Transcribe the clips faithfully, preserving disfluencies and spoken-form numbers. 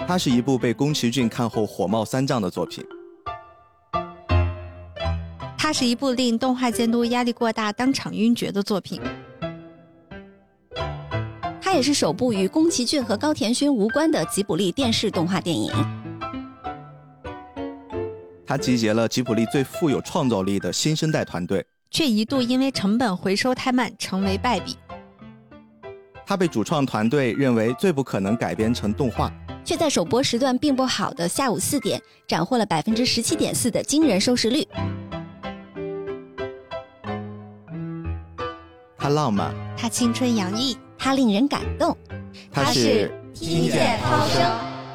它是一部被宫崎骏看后火冒三丈的作品。 它是一部令动画监督压力过大当场晕厥的作品。 它也是首部与宫崎骏和高田勋无关的吉卜力电视动画电影。 它集结了吉卜力最富有创造力的新生代团队， 却一度因为成本回收太慢成为败笔。 它被主创团队认为最不可能改编成动画， 却在首播时段并不好的下午四点斩获了 百分之十七点四 的惊人收视率。 它浪漫， 它青春洋溢， 它令人感动， 它是听见涛声。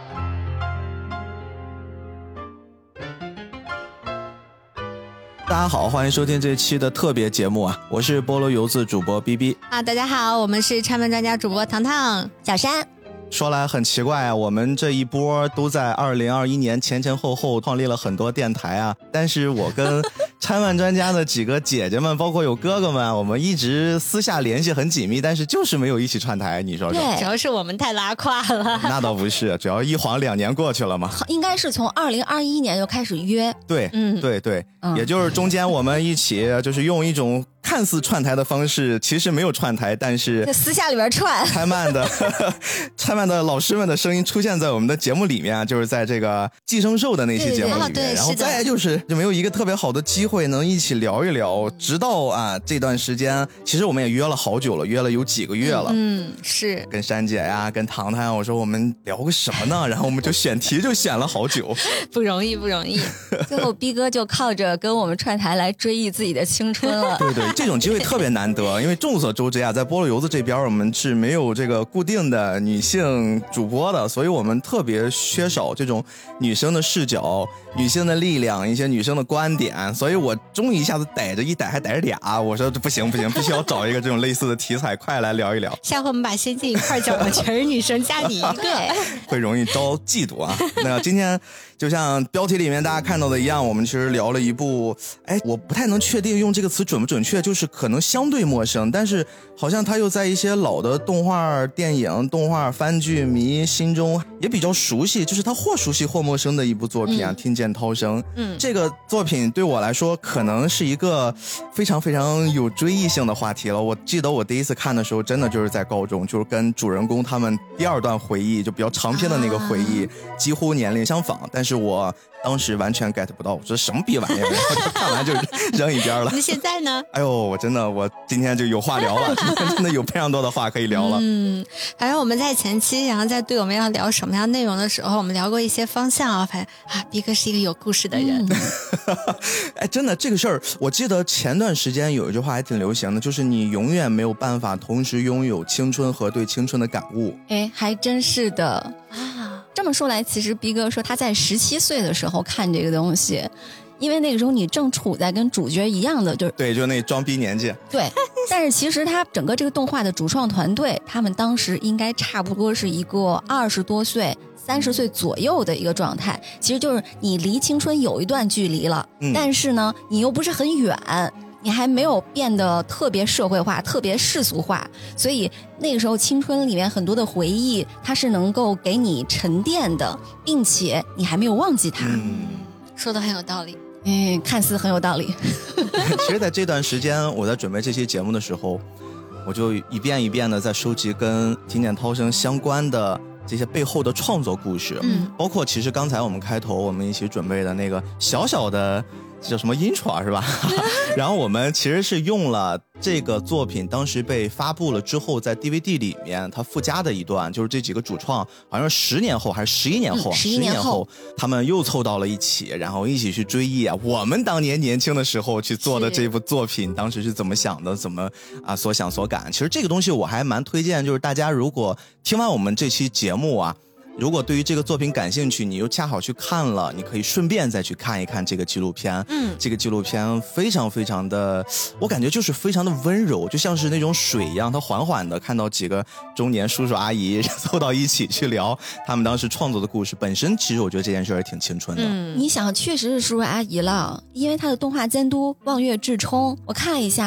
大家好，欢迎收听这一期的特别节目啊！我是菠萝油子主播 B B 啊，大家好，我们是拆漫专家主播糖糖、 小山。 说来很奇怪啊，我们这一波都在二零二一年前前后后创立了很多电台啊，但是我跟拆漫专家的几个姐姐们，包括有哥哥们，我们一直私下联系很紧密，但是就是没有一起串台，你说说？ 对， 主要是我们太拉胯了。 那倒不是，主要一晃两年过去了嘛。 应该是从二零二一年就开始约。 对，嗯，对对、嗯，也就是中间我们一起就是用一种看似串台的方式，其实没有串台，但是在私下里边串。 拆漫的拆漫的老师们的声音出现在我们的节目里面啊，就是在这个寄生兽的那期节目里面， 对对对， 然后再就是就没有一个特别好的机会能一起聊一聊，直到啊这段时间，其实我们也约了好久了，约了有几个月了。 嗯，是跟珊姐呀，跟糖糖，我说我们聊个什么呢？然后我们就选题就选了好久， 不容易不容易。 最后逼哥就靠着跟我们串台来追忆自己的青春了。 对对，这种机会特别难得，因为众所周知啊，在菠萝油子这边我们是没有这个固定的女性主播的，所以我们特别缺少这种女生的视角、女性的力量、一些女生的观点，所以我终于一下子逮着一逮还逮着俩，我说这不行不行，必须要找一个这种类似的题材，快来聊一聊。 下回我们把仙境一块讲了，全是女生加你一个， 会容易招嫉妒啊。那今天就像标题里面大家看到的一样，我们其实聊了一部，哎，我不太能确定用这个词准不准确，就是可能相对陌生，但是好像它又在一些老的动画电影、动画番剧迷心中也比较熟悉，就是它或熟悉或陌生的一部作品啊，嗯、听见涛声。嗯，这个作品对我来说可能是一个非常非常有追忆性的话题了。我记得我第一次看的时候，真的就是在高中，就是跟主人公他们第二段回忆，就比较长篇的那个回忆，啊、几乎年龄相仿，但是我当时完全 get 不到，我说什么逼玩意儿，看完就扔一边了。 那现在呢？ 哎呦，我真的，我今天就有话聊了，今天真的有非常多的话可以聊了。 嗯，反正我们在前期，然后在对我们要聊什么样内容的时候，我们聊过一些方向啊。反正啊，逼哥是一个有故事的人。 嗯、哎，真的这个事儿，我记得前段时间有一句话还挺流行的，就是你永远没有办法同时拥有青春和对青春的感悟。 哎，还真是的啊。这么说来，其实逼哥说他在十七岁的时候看这个东西，因为那个时候你正处在跟主角一样的，就是对，就那装逼年纪。 对，但是其实他整个这个动画的主创团队，他们当时应该差不多是一个二十多岁、三十岁左右的一个状态，其实就是你离青春有一段距离了，嗯、但是呢，你又不是很远。你还没有变得特别社会化、特别世俗化，所以那个时候青春里面很多的回忆，它是能够给你沉淀的，并且你还没有忘记它。 嗯，说得很有道理。 嗯，看似很有道理。 其实在这段时间我在准备这期节目的时候，我就一遍一遍的在收集跟听见涛声相关的这些背后的创作故事，嗯，包括其实刚才我们开头我们一起准备的那个小小的叫什么 intro 是吧？然后我们其实是用了这个作品当时被发布了之后，在 D V D 里面它附加的一段，就是这几个主创好像十年后还是十一年后， 十一年后他们又凑到了一起，然后一起去追忆啊，我们当年年轻的时候去做的这部作品，当时是怎么想的，怎么啊所想所感。其实这个东西我还蛮推荐，就是大家如果听完我们这期节目啊，如果对于这个作品感兴趣，你又恰好去看了，你可以顺便再去看一看这个纪录片。嗯，这个纪录片非常非常的，我感觉就是非常的温柔，就像是那种水一样，它缓缓的看到几个中年叔叔阿姨凑到一起去聊他们当时创作的故事。本身其实我觉得这件事也挺青春的。 嗯，你想，确实是叔叔阿姨了，因为他的动画监督望月志冲，我看了一下。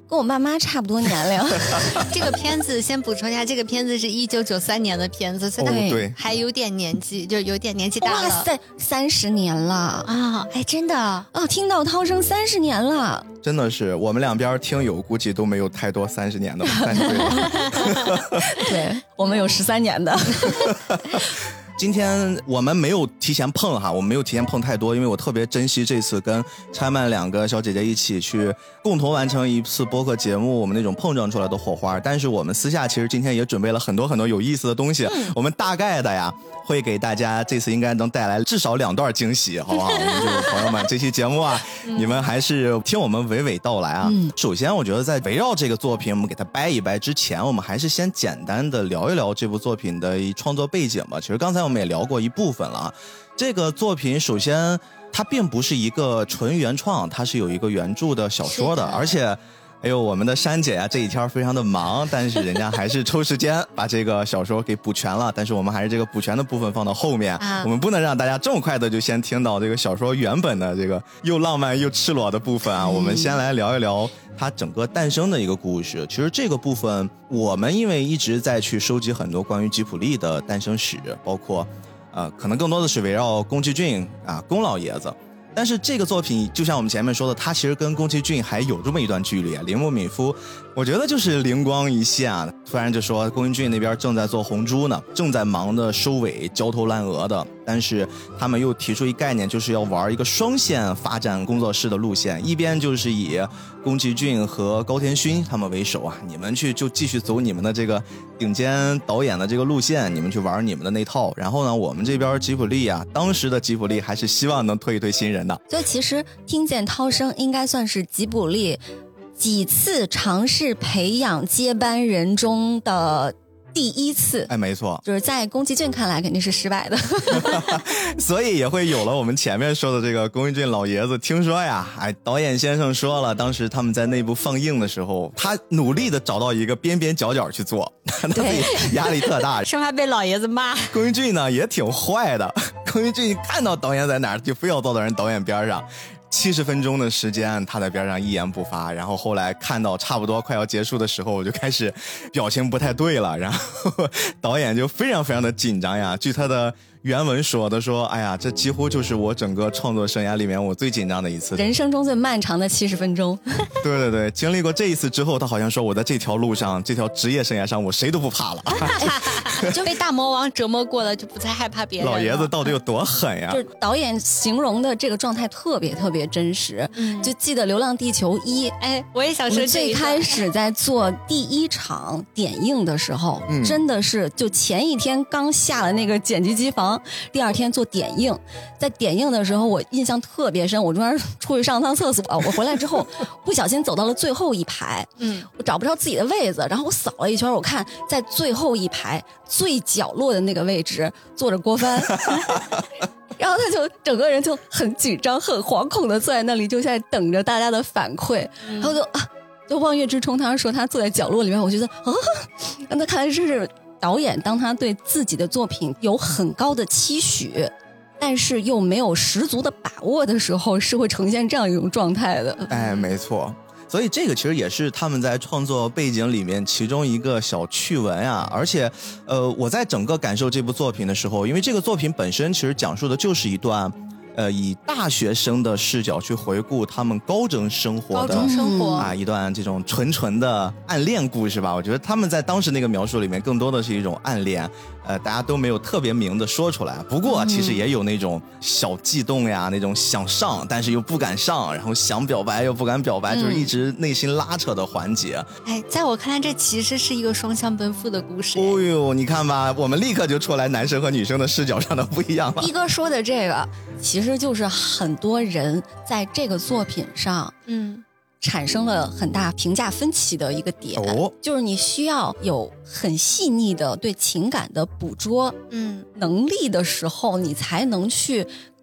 跟我爸妈差不多年龄。 这个片子先补充一下，这个片子是一九九三年的片子，所以他对还有点年纪，就有点年纪大了。 哇塞，三十年了啊！哎，真的哦，听到涛声三十年了， 真的是我们两边听友估计都没有太多三十年的，三十岁的。 对，我们有十三年的。 今天我们没有提前碰哈，我没有提前碰太多，因为我特别珍惜这次跟拆漫两个小姐姐一起去共同完成一次播客节目，我们那种碰撞出来的火花。但是我们私下其实今天也准备了很多很多有意思的东西，嗯、我们大概的呀会给大家这次应该能带来至少两段惊喜，好不好？我们就朋友们，这期节目啊，嗯、你们还是听我们娓娓道来啊。嗯、首先，我觉得在围绕这个作品我们给它掰一掰之前，我们还是先简单的聊一聊这部作品的创作背景吧。其实刚才我们我们也聊过一部分了。这个作品首先它并不是一个纯原创，它是有一个原著的小说的，而且哎呦我们的珊姐啊这一天非常的忙，但是人家还是抽时间把这个小说给补全了，但是我们还是这个补全的部分放到后面、啊、我们不能让大家这么快的就先听到这个小说原本的这个又浪漫又赤裸的部分啊、嗯、我们先来聊一聊它整个诞生的一个故事。其实这个部分我们因为一直在去收集很多关于吉卜力的诞生史，包括呃，可能更多的是围绕宫崎骏啊宫老爷子，但是这个作品就像我们前面说的，它其实跟宫崎骏还有这么一段距离。铃木敏夫我觉得就是灵光一现，突然就说宫崎骏那边正在做红猪呢，正在忙的收尾，焦头烂额的，但是他们又提出一概念，就是要玩一个双线发展工作室的路线，一边就是以宫崎骏和高田勋他们为首啊，你们去就继续走你们的这个顶尖导演的这个路线，你们去玩你们的那套，然后呢我们这边吉卜力啊，当时的吉卜力还是希望能推一推新人的。 所以其实听见涛声应该算是吉卜力几次尝试培养接班人中的第一次。 哎，没错， 就是在宫崎骏看来肯定是失败的。 所以也会有了我们前面说的这个宫崎骏老爷子。听说呀，哎，导演先生说了，当时他们在内部放映的时候，他努力的找到一个边边角角去做，他自己压力特大， 生怕被老爷子骂。 宫崎骏呢也挺坏的，宫崎骏看到导演在哪儿，就非要坐到人导演边上。七十分钟的时间他在边上一言不发，然后后来看到差不多快要结束的时候，我就开始表情不太对了，然后导演就非常非常的紧张呀。据他的原文说的说，哎呀，这几乎就是我整个创作生涯里面我最紧张的一次， 人生中最漫长的七十分钟。 对对对，经历过这一次之后，他好像说我在这条路上，这条职业生涯上，我谁都不怕了。 就被大魔王折磨过了，就不再害怕别人了。 老爷子到底有多狠呀？ 就是导演形容的这个状态特别特别真实。嗯、就记得《流浪地球一》， 哎，我也想说， 最开始在做第一场点映的时候，嗯、真的是就前一天刚下了那个剪辑机房，第二天做点映，在点映的时候我印象特别深，我中间出去上趟厕所，我回来之后不小心走到了最后一排，嗯，我找不着自己的位子，然后我扫了一圈，我看在最后一排最角落的那个位置坐着郭帆。然后他就整个人就很紧张很惶恐的坐在那里，就在等着大家的反馈、嗯、然后就啊，就望月之冲他说他坐在角落里面，我觉得啊，那看来这是导演当他对自己的作品有很高的期许，但是又没有十足的把握的时候，是会呈现这样一种状态的。 哎，没错。所以这个其实也是他们在创作背景里面其中一个小趣闻啊。而且呃，我在整个感受这部作品的时候，因为这个作品本身其实讲述的就是一段呃以大学生的视角去回顾他们高中生活的高中生活啊一段这种纯纯的暗恋故事吧。我觉得他们在当时那个描述里面更多的是一种暗恋，呃，大家都没有特别明的说出来，不过其实也有那种小悸动呀，那种想上但是又不敢上，然后想表白又不敢表白、嗯、就是一直内心拉扯的环节。 哎，在我看来这其实是一个双向奔赴的故事。 哦呦，你看吧，我们立刻就出来男生和女生的视角上的不一样了。 一哥说的这个其实就是很多人在这个作品上嗯产生了很大评价分歧的一个点、哦、就是你需要有很细腻的对情感的捕捉嗯能力的时候，你才能去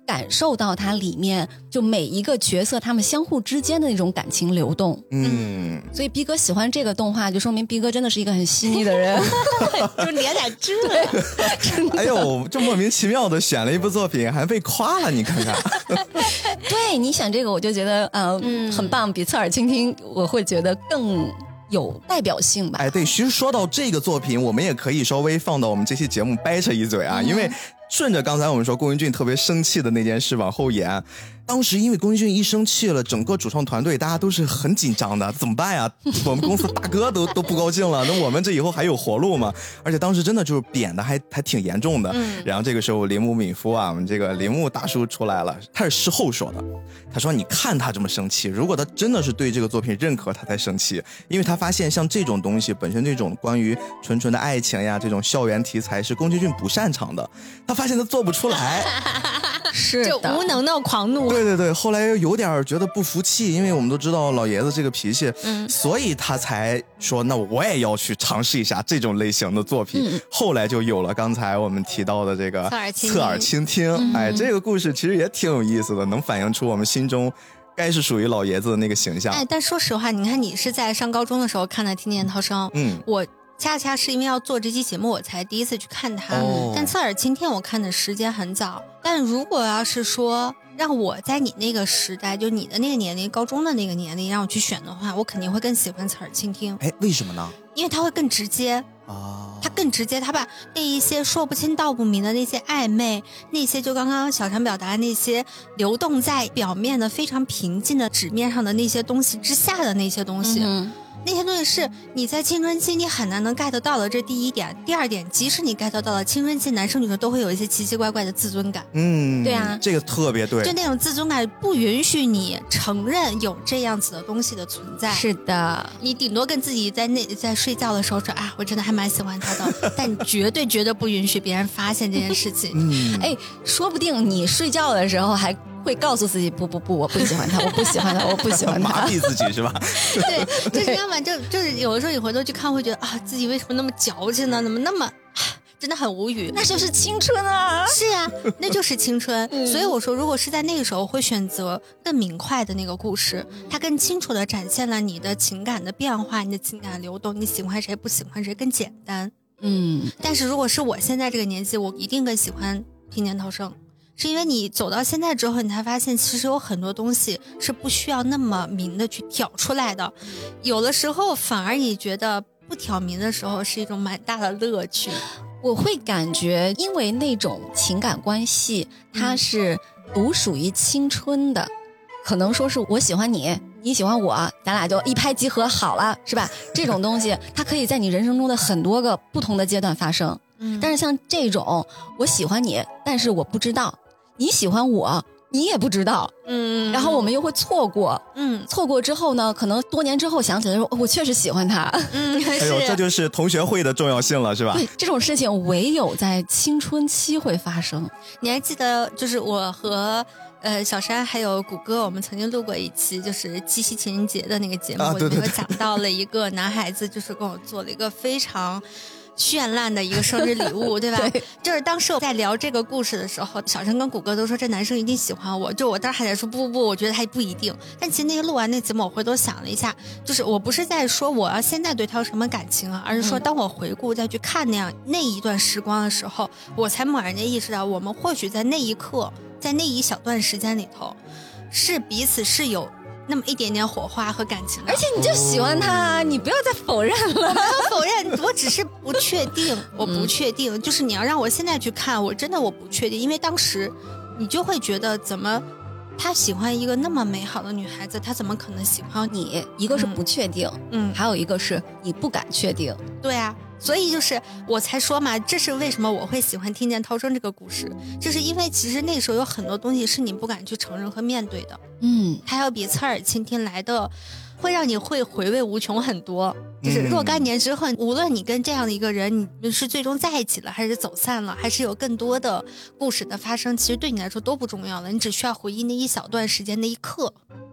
感受到它里面就每一个角色他们相互之间的那种感情流动。 嗯， 所以逼哥喜欢这个动画，就说明逼哥真的是一个很细腻的人。 就连点这， 哎呦，这莫名其妙的选了一部作品，还被夸了，你看看。 对，你想这个，我就觉得呃、嗯、很棒，比侧耳倾听我会觉得更有代表性吧。 哎，对，其实说到这个作品，我们也可以稍微放到我们这期节目掰扯一嘴啊，嗯、因为顺着刚才我们说宫崎骏特别生气的那件事往后延。当时因为宫崎骏一生气了，整个主创团队大家都是很紧张的，怎么办呀？我们公司大哥都都不高兴了，那我们这以后还有活路吗？而且当时真的就是贬的还还挺严重的。嗯、然后这个时候铃木敏夫啊，我们这个铃木大叔出来了，他是事后说的，他说你看他这么生气，如果他真的是对这个作品认可，他才生气，因为他发现像这种东西本身这种关于纯纯的爱情呀，这种校园题材是宫崎骏不擅长的，他发现他做不出来。 是的， 就无能的狂怒。 对对对，后来又有点觉得不服气，因为我们都知道老爷子这个脾气，嗯，所以他才说那我也要去尝试一下这种类型的作品。嗯、后来就有了刚才我们提到的这个侧耳倾听。嗯、哎，这个故事其实也挺有意思的，能反映出我们心中该是属于老爷子的那个形象。 哎，但说实话，你看你是在上高中的时候看的《听见涛声》，嗯，我恰恰是因为要做这期节目，我才第一次去看它。哦、但侧耳倾听我看的时间很早，但如果要是说让我在你那个时代，就你的那个年龄，高中的那个年龄，让我去选的话，我肯定会更喜欢侧耳倾听。 哎，为什么呢？ 因为它会更直接啊，它更直接，它把那一些说不清道不明的那些暧昧，那些就刚刚小常表达的那些流动在表面的非常平静的纸面上的那些东西之下的那些东西。嗯，那些东西是你在青春期你很难能 get 到的，这第一点。第二点，即使你 get 到了，青春期男生女生都会有一些奇奇怪怪的自尊感。 嗯， 对啊， 这个特别对， 就那种自尊感不允许你承认有这样子的东西的存在。 是的， 你顶多跟自己在那在睡觉的时候说啊，我真的还蛮喜欢他的，但你绝对绝对不允许别人发现这件事情。 嗯，哎，说不定你睡觉的时候还会告诉自己不不不，我不喜欢他，我不喜欢他，我不喜欢他， 麻痹自己是吧？ 对，就是要么就就是有的时候你回头去看，会觉得啊，自己为什么那么矫情呢？怎么那么真的很无语？ 那就是青春啊！ 是啊，那就是青春。嗯、所以我说，如果是在那个时候，会选择更明快的那个故事，它更清楚地展现了你的情感的变化，你的情感的流动，你喜欢谁不喜欢谁更简单。嗯，但是如果是我现在这个年纪，我一定更喜欢听见涛声。是因为你走到现在之后，你才发现其实有很多东西是不需要那么明的去挑出来的，有的时候反而你觉得不挑明的时候是一种蛮大的乐趣。 我会感觉因为那种情感关系它是独属于青春的、嗯、可能说是我喜欢你你喜欢我，咱俩就一拍即合好了，是吧？这种东西它可以在你人生中的很多个不同的阶段发生。嗯，但是像这种我喜欢你但是我不知道你喜欢我你也不知道，嗯，然后我们又会错过，嗯，错过之后呢，可能多年之后想起来说，哦、我确实喜欢他， 嗯， 哎呦，这就是同学会的重要性了，是吧？ 对，这种事情唯有在青春期会发生。 你还记得，就是我和呃小山还有谷歌，我们曾经录过一期，就是七夕情人节的那个节目， 啊、对对对， 我里面讲到了一个男孩子，就是跟我做了一个非常绚烂的一个生日礼物，对吧？对，就是当时我在聊这个故事的时候，小陈跟谷歌都说这男生一定喜欢我，就我当时还在说不不不，我觉得他不一定。但其实那个录完那节目，我回头想了一下，就是我不是在说我要现在对他有什么感情啊，而是说当我回顾再去看那样那一段时光的时候，我才猛然间意识到，我们或许在那一刻，在那一小段时间里头，是彼此是有那么一点点火花和感情， 而且你就喜欢他，你不要再否认了。 我没有否认，我只是不确定，我不确定、嗯。就是你要让我现在去看，我真的我不确定，因为当时你就会觉得，怎么他喜欢一个那么美好的女孩子，他怎么可能喜欢你？ 一个是不确定，嗯，还有一个是你不敢确定。 对啊。所以就是我才说嘛，这是为什么我会喜欢听见涛声这个故事，就是因为其实那时候有很多东西是你不敢去承认和面对的，嗯，它要比侧耳倾听来的会让你会回味无穷很多。就是若干年之后、嗯、无论你跟这样的一个人你是最终在一起了还是走散了，还是有更多的故事的发生，其实对你来说都不重要了，你只需要回忆那一小段时间那一刻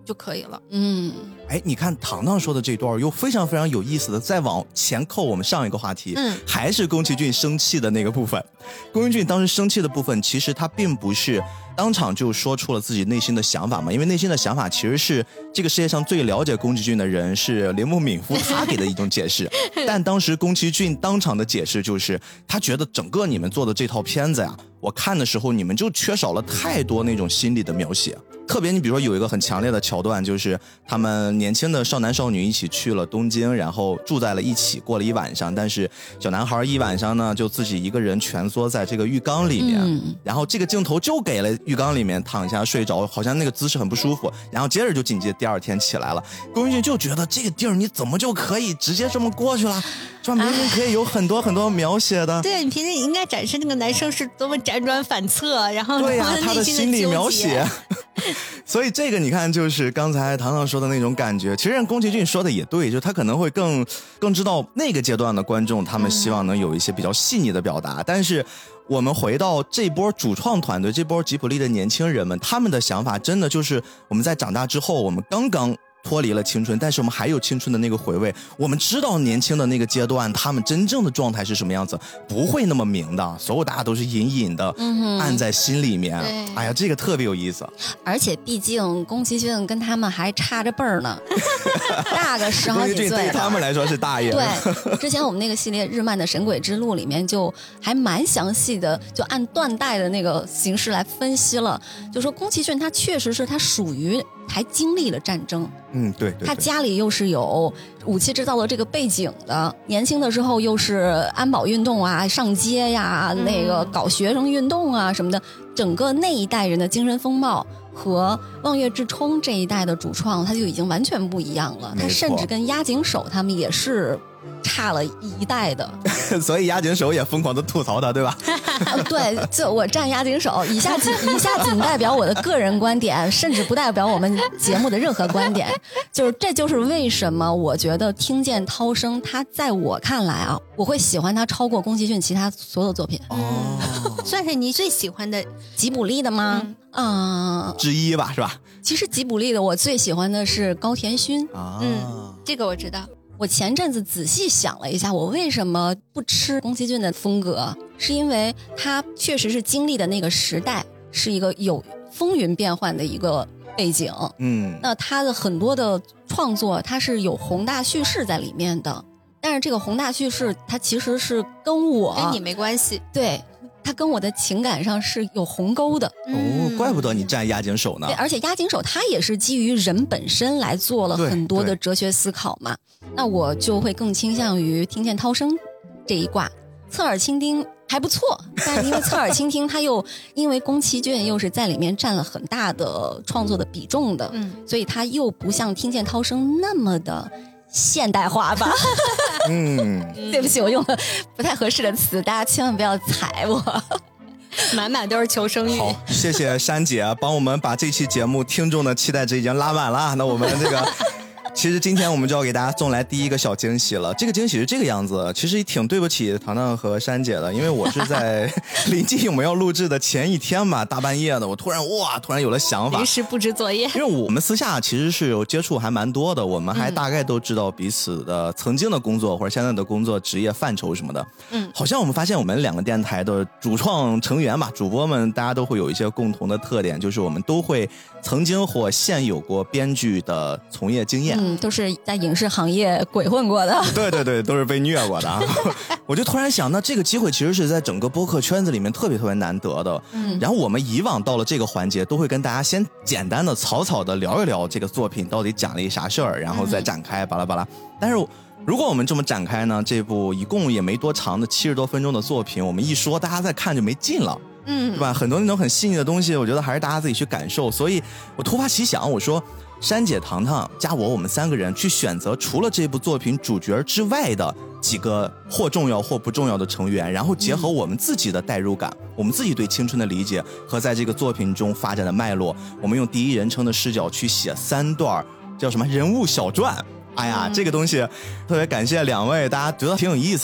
就可以了。 嗯， 哎，你看糖糖说的这段又非常非常有意思的，再往前扣我们上一个话题， 嗯， 还是宫崎骏生气的那个部分。宫崎骏当时生气的部分，其实他并不是当场就说出了自己内心的想法嘛，因为内心的想法其实是这个世界上最了解宫崎骏的人是铃木敏夫他给的一种解释。但当时宫崎骏当场的解释就是，他觉得整个你们做的这套片子呀，我看的时候你们就缺少了太多那种心理的描写。特别你比如说有一个很强烈的桥段，就是他们年轻的少男少女一起去了东京，然后住在了一起过了一晚上，但是小男孩一晚上呢就自己一个人蜷缩在这个浴缸里面、嗯、然后这个镜头就给了浴缸里面躺下睡着，好像那个姿势很不舒服，然后接着就紧接着第二天起来了。宫崎骏就觉得这个地儿你怎么就可以直接这么过去了，这明明可以有很多很多描写的。 对，你平时应该展示那个男生是多么辗转反侧，然后对呀、啊，他的心理描写所以这个你看，就是刚才糖糖说的那种感觉，其实宫崎骏说的也对，就他可能会更更知道那个阶段的观众他们希望能有一些比较细腻的表达、嗯、但是我们回到这波主创团队，这波吉卜力的年轻人们，他们的想法真的就是我们在长大之后，我们刚刚脱离了青春，但是我们还有青春的那个回味，我们知道年轻的那个阶段他们真正的状态是什么样子，不会那么明的，所有大家都是隐隐的、嗯、按在心里面。哎呀，这个特别有意思。 而且毕竟宫崎骏跟他们还差着辈儿呢大个十好几岁的， 对他们来说是大爷。 对，之前我们那个系列日漫的神鬼之路里面就还蛮详细的，就按断代的那个形式来分析了，就说宫崎骏他确实是他属于还经历了战争， 嗯，对, 对, 对， 他家里又是有武器制造的这个背景的，年轻的时候又是安保运动啊，上街呀，那个搞学生运动啊什么的，整个那一代人的精神风貌和望月志冲这一代的主创他就已经完全不一样了，他甚至跟押井守他们也是差了一代的所以押井守也疯狂的吐槽他，对吧对，就我站押井守，以下仅以下仅代表我的个人观点，甚至不代表我们节目的任何观点。就是这就是为什么我觉得听见涛声他在我看来啊，我会喜欢他超过宫崎骏其他所有作品。 哦， 算是你最喜欢的吉卜力的吗？嗯、呃， 之一吧，是吧？ 其实吉卜力的我最喜欢的是高田勋啊， 嗯，这个我知道。 我前阵子仔细想了一下，我为什么不吃宫崎骏的风格，是因为他确实是经历的那个时代是一个有风云变幻的一个背景， 嗯， 那他的很多的创作它是有宏大叙事在里面的，但是这个宏大叙事它其实是跟我跟你没关系， 对，它跟我的情感上是有鸿沟的。 哦，怪不得你站押井守呢。 对，而且押井守他也是基于人本身来做了很多的哲学思考嘛，那我就会更倾向于听见涛声这一挂。侧耳倾听还不错，但是因为侧耳倾听他又因为宫崎骏又是在里面占了很大的创作的比重的，嗯，所以他又不像听见涛声那么的现代化吧嗯， 对不起，我用了不太合适的词，大家千万不要踩我满满都是求生欲。 好，谢谢珊姐帮我们把这期节目听众的期待值已经拉满了。那我们这个其实今天我们就要给大家送来第一个小惊喜了。这个惊喜是这个样子，其实挺对不起糖糖和珊姐的，因为我是在临近我们要录制的前一天吧，大半夜的，我突然哇，突然有了想法， 临时布置作业。 因为我们私下其实是有接触还蛮多的，我们还大概都知道彼此的曾经的工作或者现在的工作职业范畴什么的。嗯，好像我们发现我们两个电台的主创成员吧，主播们大家都会有一些共同的特点，就是我们都会曾经或现有过编剧的从业经验。 嗯，都是在影视行业鬼混过的。 对对对，都是被虐过的。我就突然想，那这个机会其实是在整个播客圈子里面特别特别难得的。嗯，然后我们以往到了这个环节，都会跟大家先简单的草草的聊一聊这个作品到底讲了一啥事儿，然后再展开巴拉巴拉。但是如果我们这么展开呢，这部一共也没多长的七十多分钟的作品，我们一说大家再看就没劲了。嗯，对吧？很多那种很细腻的东西，我觉得还是大家自己去感受。所以我突发奇想，我说珊姐、糖糖加我，我们三个人去选择除了这部作品主角之外的几个或重要或不重要的成员，然后结合我们自己的代入感、嗯、我们自己对青春的理解和在这个作品中发展的脉络，我们用第一人称的视角去写三段叫什么人物小传。哎呀，嗯、这个东西特别感谢两位，大家觉得挺有意思的。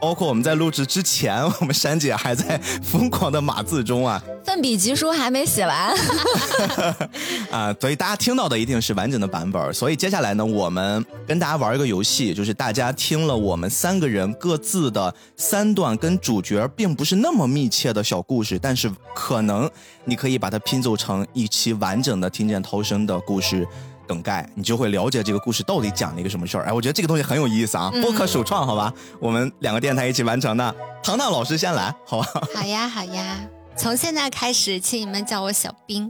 包括我们在录制之前，我们珊姐还在疯狂的码字中啊， 奋笔疾书还没写完啊，所以大家听到的一定是完整的版本。所以接下来呢，我们跟大家玩一个游戏，就是大家听了我们三个人各自的三段跟主角并不是那么密切的小故事，但是可能你可以把它拼凑成一期完整的听见涛声的故事梗概，你就会了解这个故事到底讲了一个什么事儿。哎，我觉得这个东西很有意思啊，播客首创，好吧，我们两个电台一起完成的。糖糖老师先来，好吧？ 好呀，好呀，从现在开始，请你们叫我小兵。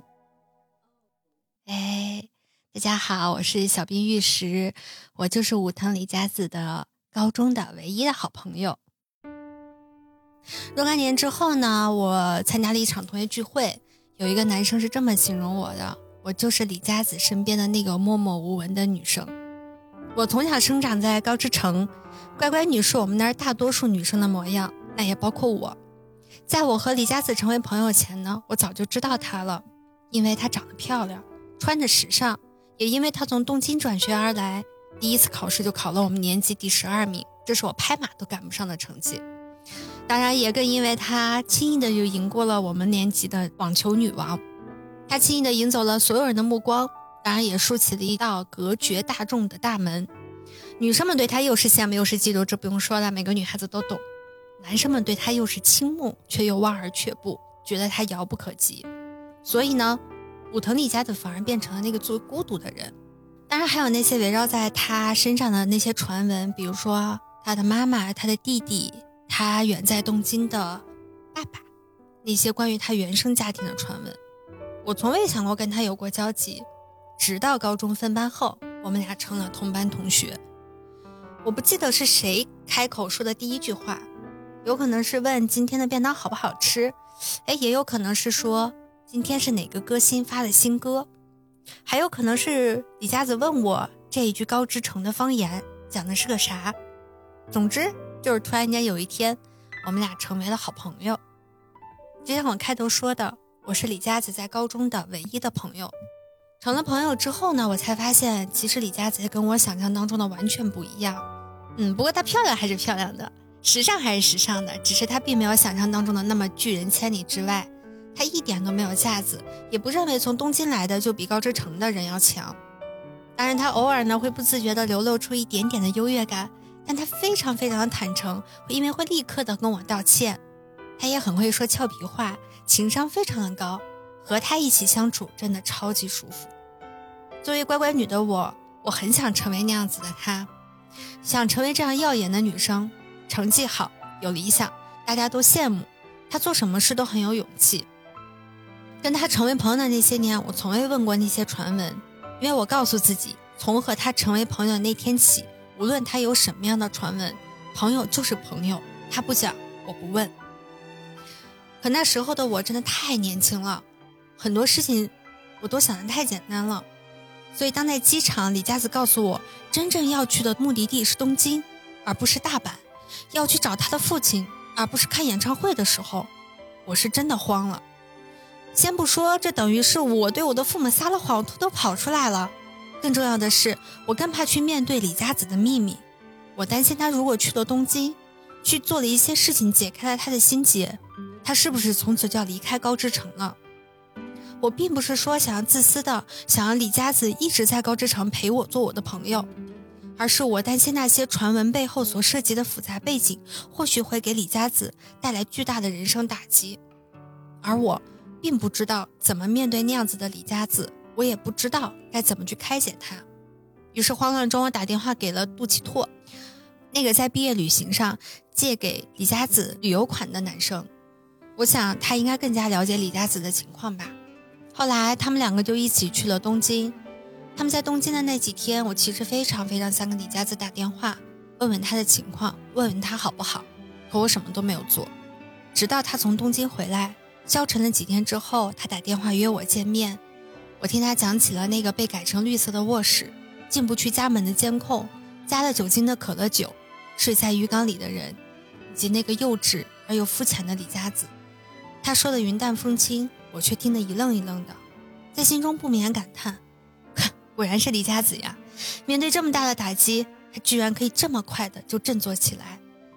哎，大家好，我是小兵玉石，我就是武藤李佳子的高中的唯一的好朋友。若干年之后呢，我参加了一场同学聚会，有一个男生是这么形容我的。我就是李佳子身边的那个默默无闻的女生。我从小生长在高知城，乖乖女是我们那儿大多数女生的模样，那也包括我。在我和李佳子成为朋友前呢，我早就知道她了，因为她长得漂亮，穿着时尚，也因为她从东京转学而来，第一次考试就考了我们年级第十二名，这是我拍马都赶不上的成绩。当然也更因为她轻易的就赢过了我们年级的网球女王。他轻易地赢走了所有人的目光，当然也竖起了一道隔绝大众的大门。女生们对他又是羡慕又是嫉妒，这不用说了，每个女孩子都懂。男生们对他又是倾慕却又望而却步，觉得他遥不可及。所以呢，武藤李佳子反而变成了那个最孤独的人。当然还有那些围绕在他身上的那些传闻，比如说他的妈妈、他的弟弟、他远在东京的爸爸，那些关于他原生家庭的传闻。我从未想过跟他有过交集，直到高中分班后，我们俩成了同班同学。我不记得是谁开口说的第一句话，有可能是问今天的便当好不好吃，哎，也有可能是说今天是哪个歌星发的新歌，还有可能是李佳子问我这一句高知城的方言讲的是个啥。总之就是突然间有一天，我们俩成为了好朋友。就像我开头说的，我是李佳子在高中的唯一的朋友。成了朋友之后呢，我才发现其实李佳子跟我想象当中的完全不一样。嗯，不过她漂亮还是漂亮的，时尚还是时尚的，只是她并没有想象当中的那么拒人千里之外。她一点都没有架子，也不认为从东京来的就比高知城的人要强。当然她偶尔呢会不自觉地流露出一点点的优越感，但她非常非常的坦诚，因为会立刻的跟我道歉。她也很会说俏皮话，情商非常的高，和她一起相处真的超级舒服。作为乖乖女的我，我很想成为那样子的她，想成为这样耀眼的女生，成绩好，有理想，大家都羡慕，她做什么事都很有勇气。跟她成为朋友的那些年，我从未问过那些传闻，因为我告诉自己，从和她成为朋友的那天起，无论她有什么样的传闻，朋友就是朋友，她不讲，我不问。可那时候的我真的太年轻了，很多事情我都想得太简单了。所以当在机场李佳子告诉我真正要去的目的地是东京而不是大阪，要去找他的父亲而不是看演唱会的时候，我是真的慌了。先不说这等于是我对我的父母撒了谎，偷偷跑出来了，更重要的是我更怕去面对李佳子的秘密。我担心他如果去了东京，去做了一些事情解开了他的心结，他是不是从此就要离开高知城了。我并不是说想要自私的想要李佳子一直在高知城陪我做我的朋友，而是我担心那些传闻背后所涉及的复杂背景或许会给李佳子带来巨大的人生打击，而我并不知道怎么面对那样子的李佳子，我也不知道该怎么去开解他。于是慌乱中我打电话给了杜启拓，那个在毕业旅行上借给李佳子旅游款的男生，我想他应该更加了解李佳子的情况吧。后来他们两个就一起去了东京。他们在东京的那几天，我其实非常非常想给李佳子打电话，问问他的情况，问问他好不好，可我什么都没有做。直到他从东京回来，消沉了几天之后，他打电话约我见面。我听他讲起了那个被改成绿色的卧室，进不去家门的监控，加了酒精的可乐酒，睡在浴缸里的人，以及那个幼稚而又肤浅的李佳子。他说的云淡风轻，我却听得一愣一愣的，在心中不免感叹，果然是李佳子呀，面对这么大的打击，他居然可以这么快的就振作起来。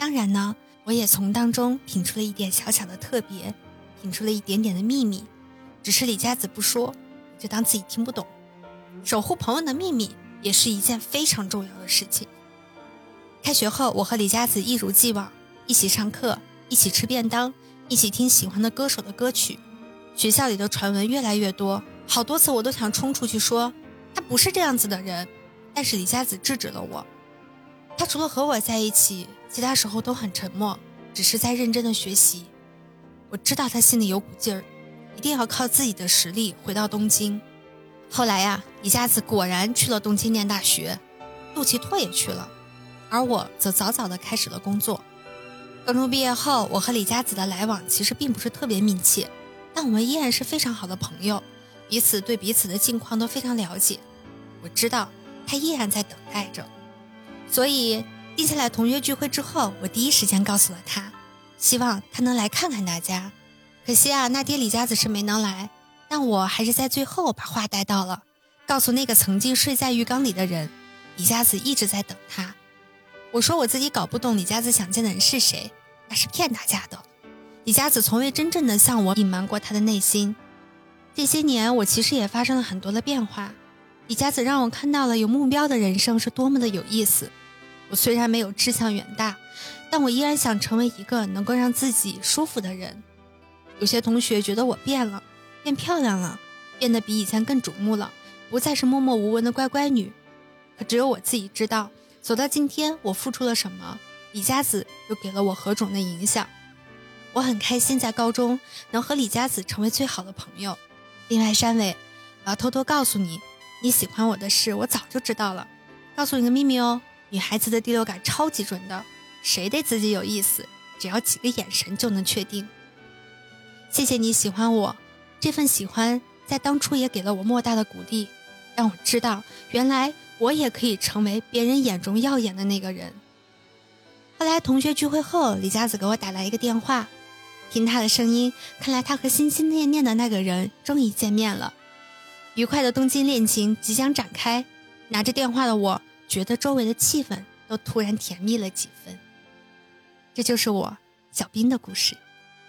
当然呢，我也从当中品出了一点小小的特别，品出了一点点的秘密，只是李家子不说，就当自己听不懂。守护朋友的秘密也是一件非常重要的事情。开学后，我和李家子一如既往，一起上课，一起吃便当，一起听喜欢的歌手的歌曲。学校里的传闻越来越多，好多次我都想冲出去说他不是这样子的人，但是李家子制止了我。他除了和我在一起，其他时候都很沉默，只是在认真的学习。我知道他心里有股劲儿，一定要靠自己的实力回到东京。后来呀、啊，李家子果然去了东京念大学，陆其拓也去了，而我则早早的开始了工作。高中毕业后，我和李家子的来往其实并不是特别密切，但我们依然是非常好的朋友，彼此对彼此的近况都非常了解。我知道他依然在等待着，所以定下来同学聚会之后，我第一时间告诉了他，希望他能来看看大家。可惜啊，那天李家子是没能来，但我还是在最后把话带到了，告诉那个曾经睡在浴缸里的人，李家子一直在等他。我说我自己搞不懂李家子想见的人是谁，那是骗大家的。李家子从未真正的向我隐瞒过他的内心。这些年我其实也发生了很多的变化，李家子让我看到了有目标的人生是多么的有意思。我虽然没有志向远大，但我依然想成为一个能够让自己舒服的人。有些同学觉得我变了，变漂亮了，变得比以前更瞩目了，不再是默默无闻的乖乖女。可只有我自己知道，走到今天我付出了什么，李家子又给了我何种的影响。我很开心在高中能和李家子成为最好的朋友。另外山伟，我要偷偷告诉你，你喜欢我的事我早就知道了。告诉你个秘密哦，女孩子的第六感超级准的，谁对自己有意思，只要几个眼神就能确定。谢谢你喜欢我，这份喜欢在当初也给了我莫大的鼓励，让我知道原来我也可以成为别人眼中耀眼的那个人。后来同学聚会后，李家子给我打来一个电话，听他的声音，看来他和心心念念的那个人终于见面了。愉快的东京恋情即将展开，拿着电话的我觉得周围的气氛都突然甜蜜了几分。这就是我小斌的故事。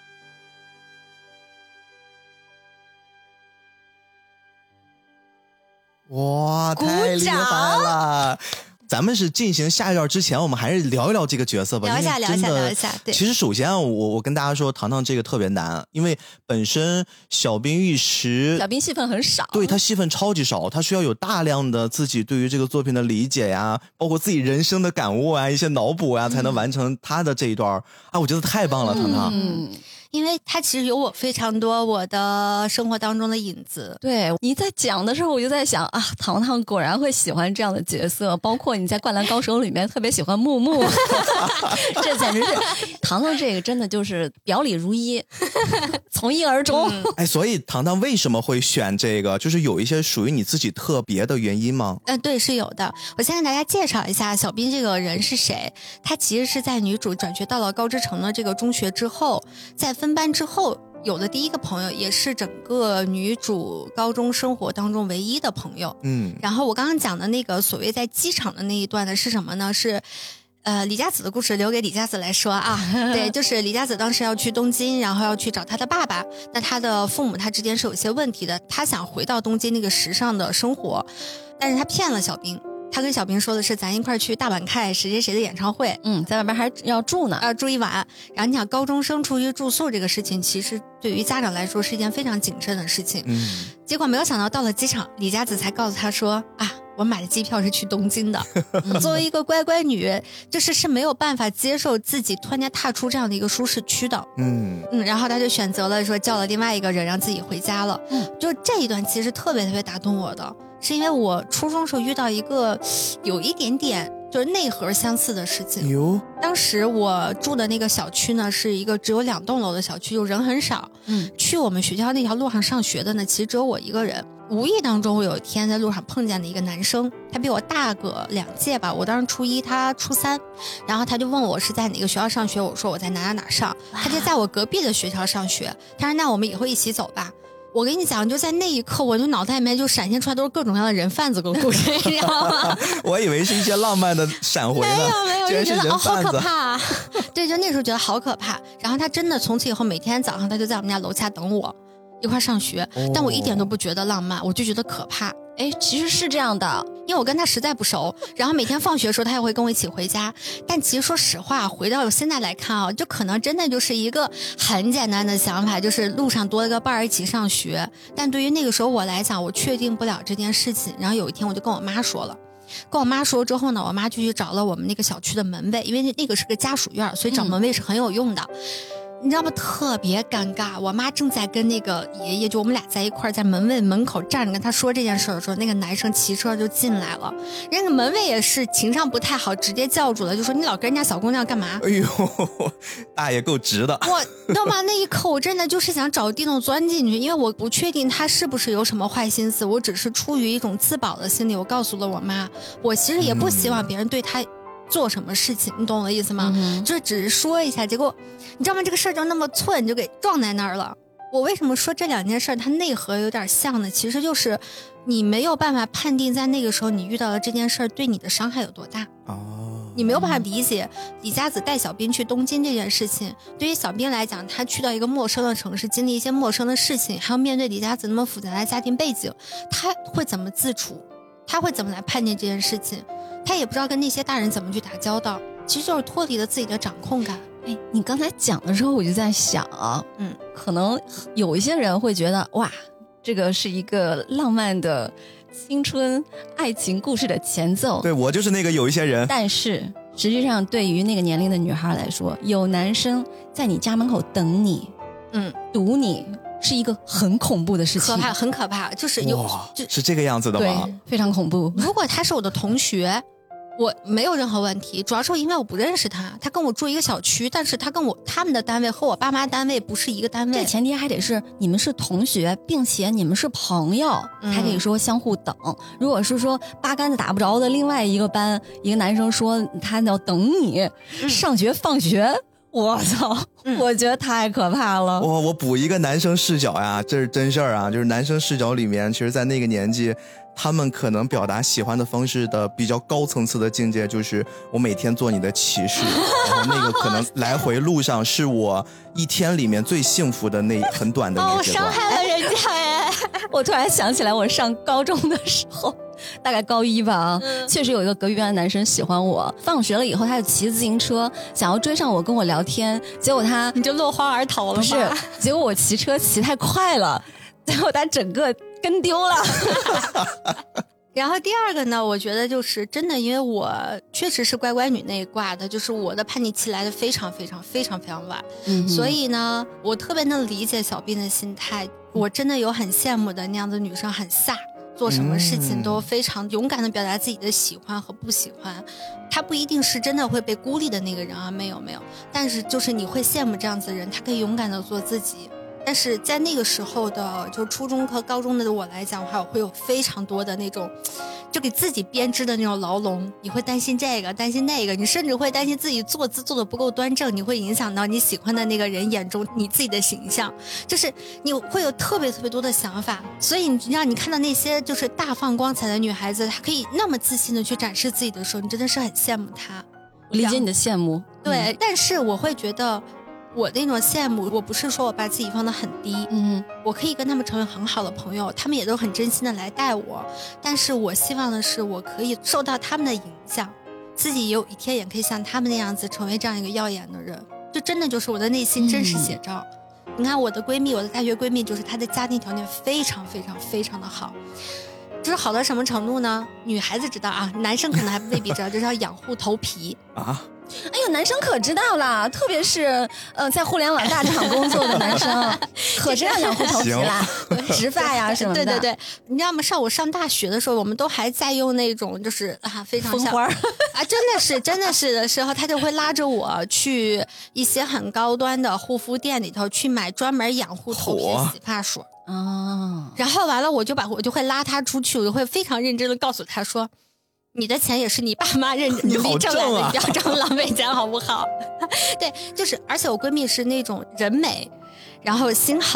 哇，太厉害了！咱们是进行下一段之前，我们还是聊一聊这个角色吧。 聊一下，聊一下，聊一下。对， 其实首先我我跟大家说，糖糖这个特别难，因为本身小兵玉石， 小兵戏份很少， 对他戏份超级少，他需要有大量的自己对于这个作品的理解呀，包括自己人生的感悟啊，一些脑补啊，才能完成他的这一段。啊，我觉得太棒了，糖糖。 嗯。因为它其实有我非常多我的生活当中的影子。 对，你在讲的时候我就在想啊，糖糖果然会喜欢这样的角色，包括你在灌篮高手里面特别喜欢木木这简直是糖糖这个真的就是表里如一从一而终、嗯、 哎，所以糖糖为什么会选这个，就是有一些属于你自己特别的原因吗？ 呃，对，是有的。我先跟大家介绍一下小斌这个人是谁。他其实是在女主转学到了高知城的这个中学之后，在分班之后有的第一个朋友，也是整个女主高中生活当中唯一的朋友。 嗯， 然后我刚刚讲的那个所谓在机场的那一段呢是什么呢？是呃李家子的故事留给李家子来说啊。对，就是李家子当时要去东京，然后要去找他的爸爸，那他的父母他之间是有些问题的，他想回到东京那个时尚的生活，但是他骗了小兵。他跟小兵说的是咱一块去大阪看谁谁谁的演唱会， 嗯，在外边还要住呢， 呃，住一晚。然后你想高中生出去住宿这个事情，其实对于家长来说是一件非常谨慎的事情。 嗯， 结果没有想到到了机场，李家子才告诉他说啊，我买的机票是去东京的。嗯、作为一个乖乖女，就是是没有办法接受自己突然间踏出这样的一个舒适区的。 嗯嗯，然后他就选择了说叫了另外一个人让自己回家了。嗯，就这一段其实特别特别打动我的。是因为我初中时候遇到一个有一点点就是内核相似的事情。 有， 当时我住的那个小区呢是一个只有两栋楼的小区，就人很少。 嗯， 去我们学校那条路上上学的呢，其实只有我一个人。无意当中，我有一天在路上碰见了一个男生，他比我大个两届吧，我当时初一，他初三。然后他就问我是在哪个学校上学，我说我在哪哪哪上。他就在我隔壁的学校上学，他说那我们以后一起走吧。 我跟你讲，就在那一刻，我就脑袋里面就闪现出来都是各种各样的人贩子跟故事，你知道吗？ 我以为是一些浪漫的闪回呢， 没有没有，就觉得哦好可怕、啊，对，就那时候觉得好可怕。然后他真的从此以后每天早上他就在我们家楼下等我一块上学、哦，但我一点都不觉得浪漫，我就觉得可怕。 哎，其实是这样的， 因为我跟他实在不熟，然后每天放学的时候他也会跟我一起回家。但其实说实话，回到现在来看啊，就可能真的就是一个很简单的想法，就是路上多了个伴儿一起上学。但对于那个时候我来讲，我确定不了这件事情。然后有一天我就跟我妈说了，跟我妈说之后呢，我妈就去找了我们那个小区的门卫，因为那个是个家属院，所以找门卫是很有用的。嗯，你知道吗？特别尴尬。我妈正在跟那个爷爷，就我们俩在一块儿在门卫门口站着跟他说这件事的时候，那个男生骑车就进来了。那个门卫也是情商不太好，直接叫住了，就说你老跟人家小姑娘干嘛？ 哎呦，大爷够直的。 我知道吗？那一刻我真的就是想找地洞钻进去，因为我不确定他是不是有什么坏心思，我只是出于一种自保的心理，我告诉了我妈，我其实也不希望别人对他做什么事情，你懂我的意思吗？嗯、就是只是说一下，结果你知道吗？这个事儿就那么寸就给撞在那儿了。我为什么说这两件事它内核有点像呢？其实就是你没有办法判定在那个时候你遇到的这件事儿对你的伤害有多大。哦，你没有办法理解李家子带小斌去东京这件事情，对于小斌来讲，他去到一个陌生的城市，经历一些陌生的事情，还要面对李家子那么复杂的家庭背景，他会怎么自处？他会怎么来判定这件事情？他也不知道跟那些大人怎么去打交道，其实就是脱离了自己的掌控感。 哎，你刚才讲的时候我就在想啊，嗯，可能有一些人会觉得哇，这个是一个浪漫的青春爱情故事的前奏。 对，我就是那个有一些人。 但是实际上对于那个年龄的女孩来说，有男生在你家门口等你，嗯，堵你，是一个很恐怖的事情， 可怕，很可怕，就是有就是这个样子的吗？ 对，非常恐怖。 如果他是我的同学，我没有任何问题，主要是因为我不认识他，他跟我住一个小区，但是他跟我他们的单位和我爸妈单位不是一个单位。 这前提还得是你们是同学，并且你们是朋友，才可以说相互等。嗯、如果是说八竿子打不着的另外一个班一个男生说他要等你、嗯、上学放学。我操、嗯！我觉得太可怕了。 我我补一个男生视角呀，这是真事儿啊！就是男生视角里面，其实，在那个年纪，他们可能表达喜欢的方式的比较高层次的境界，就是我每天做你的骑士，然后那个可能来回路上是我一天里面最幸福的那很短的那个阶段。 哦，伤害了人家耶！ 我突然想起来，我上高中的时候。大概高一吧，嗯、确实有一个隔壁班的男生喜欢我。放学了以后，他就骑自行车想要追上我，跟我聊天。结果他你就落荒而逃了吗？ 不是，结果我骑车骑太快了，结果他整个跟丢了。 然后第二个呢，我觉得就是真的，因为我确实是乖乖女那一挂的，就是我的叛逆期来的非常非常非常非常晚，嗯、所以呢，我特别能理解小斌的心态。我真的有很羡慕的那样的女生，很飒。做什么事情都非常勇敢的表达自己的喜欢和不喜欢，他不一定是真的会被孤立的那个人啊，没有没有，但是就是你会羡慕这样子的人，他可以勇敢的做自己。但是在那个时候的就初中和高中的我来讲的话，我会有非常多的那种就给自己编织的那种牢笼，你会担心这个担心那个，你甚至会担心自己坐姿做的不够端正，你会影响到你喜欢的那个人眼中你自己的形象，就是你会有特别特别多的想法。所以你让你看到那些就是大放光彩的女孩子，她可以那么自信的去展示自己的时候，你真的是很羡慕她。 我理解你的羡慕， 对、嗯、但是我会觉得我那种羡慕，我不是说我把自己放得很低，嗯，我可以跟他们成为很好的朋友，他们也都很真心的来带我，但是我希望的是我可以受到他们的影响，自己有一天也可以像他们那样子成为这样一个耀眼的人，就真的就是我的内心真实写照、嗯、你看我的闺蜜，我的大学闺蜜，就是她的家庭条件非常非常非常的好，就是好到什么程度呢？女孩子知道啊，男生可能还未必知道，就是要养护头皮啊。 哎呦，男生可知道啦，特别是呃在互联网大厂工作的男生，可知道养护头皮啦，植发呀什么的。 对对对，你知道吗？上我上大学的时候，我们都还在用那种就是啊非常像风花啊，真的是真的是的时候，他就会拉着我去一些很高端的护肤店里头去买专门养护头皮的洗发水。哦，然后完了，我就把我就会拉他出去，我就会非常认真的告诉他说。你的钱也是你爸妈认努力挣来的，你不要这么浪费钱好不好？对，就是，而且我闺蜜是那种人美，然后心好，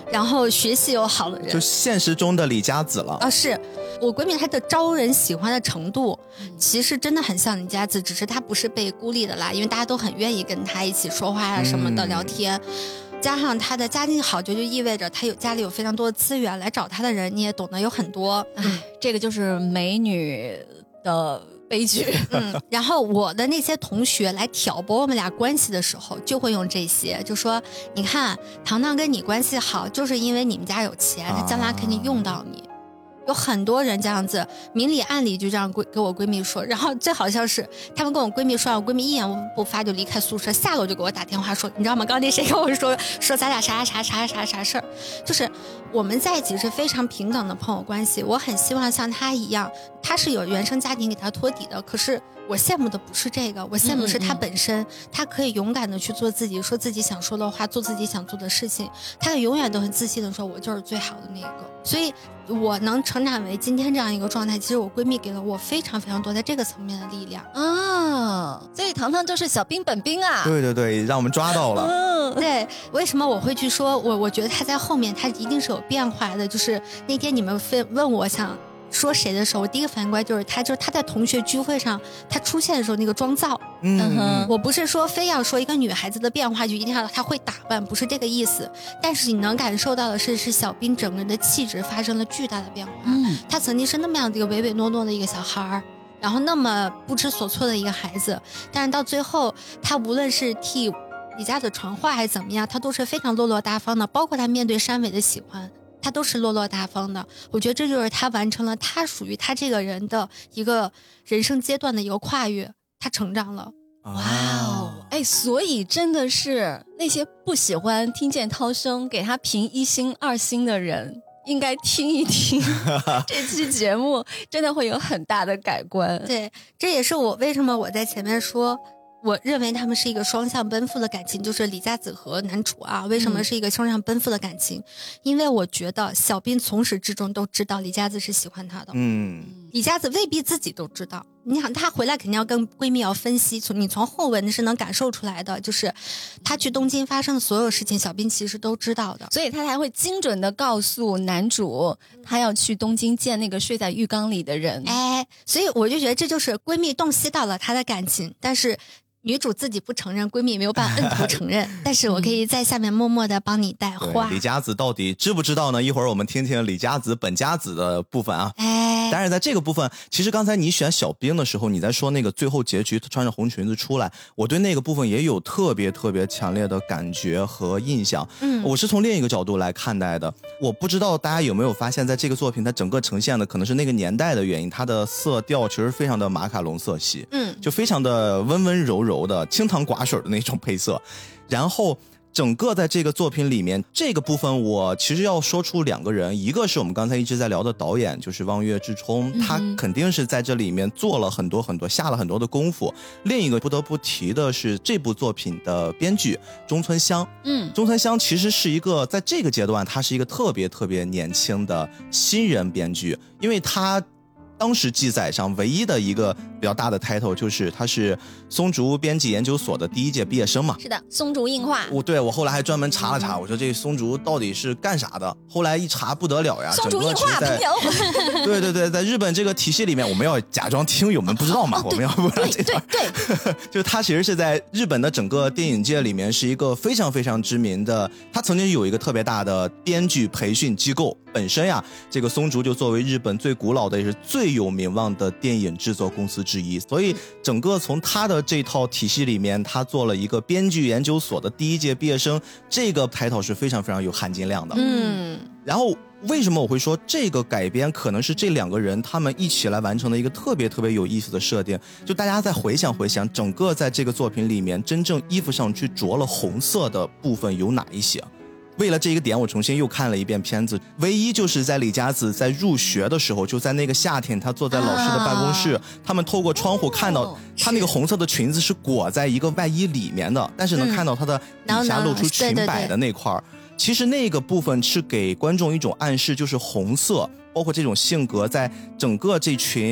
然后学习又好的人， 就现实中的李佳子了啊。是我闺蜜她的招人喜欢的程度其实真的很像李佳子，只是她不是被孤立的啦，因为大家都很愿意跟她一起说话啊什么的、嗯、聊天，加上她的家境好，就就意味着她有家里有非常多的资源，来找她的人你也懂得有很多。 哎，这个就是美女的悲剧。 嗯，然后我的那些同学来挑拨我们俩关系的时候就会用这些，就说你看糖糖跟你关系好就是因为你们家有钱，他将来肯定用到你、啊、有很多人这样子明里暗里就这样跟我闺蜜说，然后最好笑是他们跟我闺蜜说，我闺蜜一言不发就离开宿舍，下楼就给我打电话说，你知道吗，刚刚那谁跟我说说咱俩啥啥啥啥啥事儿，就是我们在一起是非常平等的朋友关系，我很希望像他一样，他是有原生家庭给他托底的，可是我羡慕的不是这个，我羡慕的是他本身、嗯嗯、他可以勇敢的去做自己，说自己想说的话，做自己想做的事情，他永远都很自信的说我就是最好的那个，所以我能成长为今天这样一个状态，其实我闺蜜给了我非常非常多在这个层面的力量啊，所以糖糖就是小兵本兵啊。 对对对，让我们抓到了、 嗯、对，为什么我会去说我我觉得他在后面他一定是有变化的，就是那天你们问我想说谁的时候，我第一个反应过来就是他，就是他在同学聚会上他出现的时候那个妆造。 嗯哼， 我不是说非要说一个女孩子的变化就一定要她会打扮，不是这个意思，但是你能感受到的是是小兵整个人的气质发生了巨大的变化。嗯，他曾经是那么样的一个唯唯诺诺的一个小孩，然后那么不知所措的一个孩子，但是到最后他无论是替李佳子传话还是怎么样，他都是非常落落大方的，包括他面对山尾的喜欢他都是落落大方的，我觉得这就是他完成了他属于他这个人的一个人生阶段的一个跨越，他成长了。 哇哦，哎，所以真的是那些不喜欢听见涛声给他评一星二星的人应该听一听这期节目，真的会有很大的改观。 对，这也是我为什么我在前面说我认为他们是一个双向奔赴的感情，就是李佳子和男主啊，为什么是一个双向奔赴的感情、嗯、因为我觉得小兵从始至终都知道李佳子是喜欢他的。嗯，李佳子未必自己都知道，你想她回来肯定要跟闺蜜要分析，从你从后文是能感受出来的，就是她去东京发生的所有事情小兵其实都知道的， 所以她才会精准的告诉男主她要去东京见那个睡在浴缸里的人。 哎，所以我就觉得这就是闺蜜洞悉到了她的感情，但是女主自己不承认，闺蜜也没有办法摁头承认但是我可以在下面默默的帮你带话。 李佳子到底知不知道呢？一会儿我们听听李佳子本佳子的部分啊。 哎， 但是在这个部分，其实刚才你选小兵的时候，你在说那个最后结局她穿着红裙子出来，我对那个部分也有特别特别强烈的感觉和印象。嗯，我是从另一个角度来看待的。我不知道大家有没有发现，在这个作品它整个呈现的可能是那个年代的原因，它的色调其实非常的马卡龙色系，嗯，就非常的温温柔柔的清汤寡水的那种配色。然后整个在这个作品里面，这个部分我其实要说出两个人，一个是我们刚才一直在聊的导演，就是望月志冲，他肯定是在这里面做了很多很多下了很多的功夫。另一个不得不提的是这部作品的编剧中村香。嗯，中村香其实是一个在这个阶段他是一个特别特别年轻的新人编剧，因为他当时记载上唯一的一个比较大的 title 就是他是松竹编辑研究所的第一届毕业生嘛。 是的，松竹映画。 我对我后来还专门查了查，我说这松竹到底是干啥的？后来一查不得了呀， 松竹映画朋友。 对对对，在日本这个体系里面，我们要假装听友们不知道嘛， 哦、 我们要不然这段对对对， 就他其实是在日本的整个电影界里面是一个非常非常知名的，他曾经有一个特别大的编剧培训机构。本身呀，这个松竹就作为日本最古老的也是最有名望的电影制作公司之一，所以整个从他的这套体系里面，他做了一个编剧研究所的第一届毕业生，这个title是非常非常有含金量的。嗯，然后为什么我会说这个改编可能是这两个人他们一起来完成的一个特别特别有意思的设定？就大家再回想回想，整个在这个作品里面，真正衣服上去着了红色的部分有哪一些？为了这一个点，我重新又看了一遍片子，唯一就是在李佳子在入学的时候，就在那个夏天，她坐在老师的办公室，啊、他们透过窗户看到她那个红色的裙子是裹在一个外衣里面的，但是能看到她的底下露出裙摆的那块儿。其实那个部分是给观众一种暗示，就是红色包括这种性格在整个这群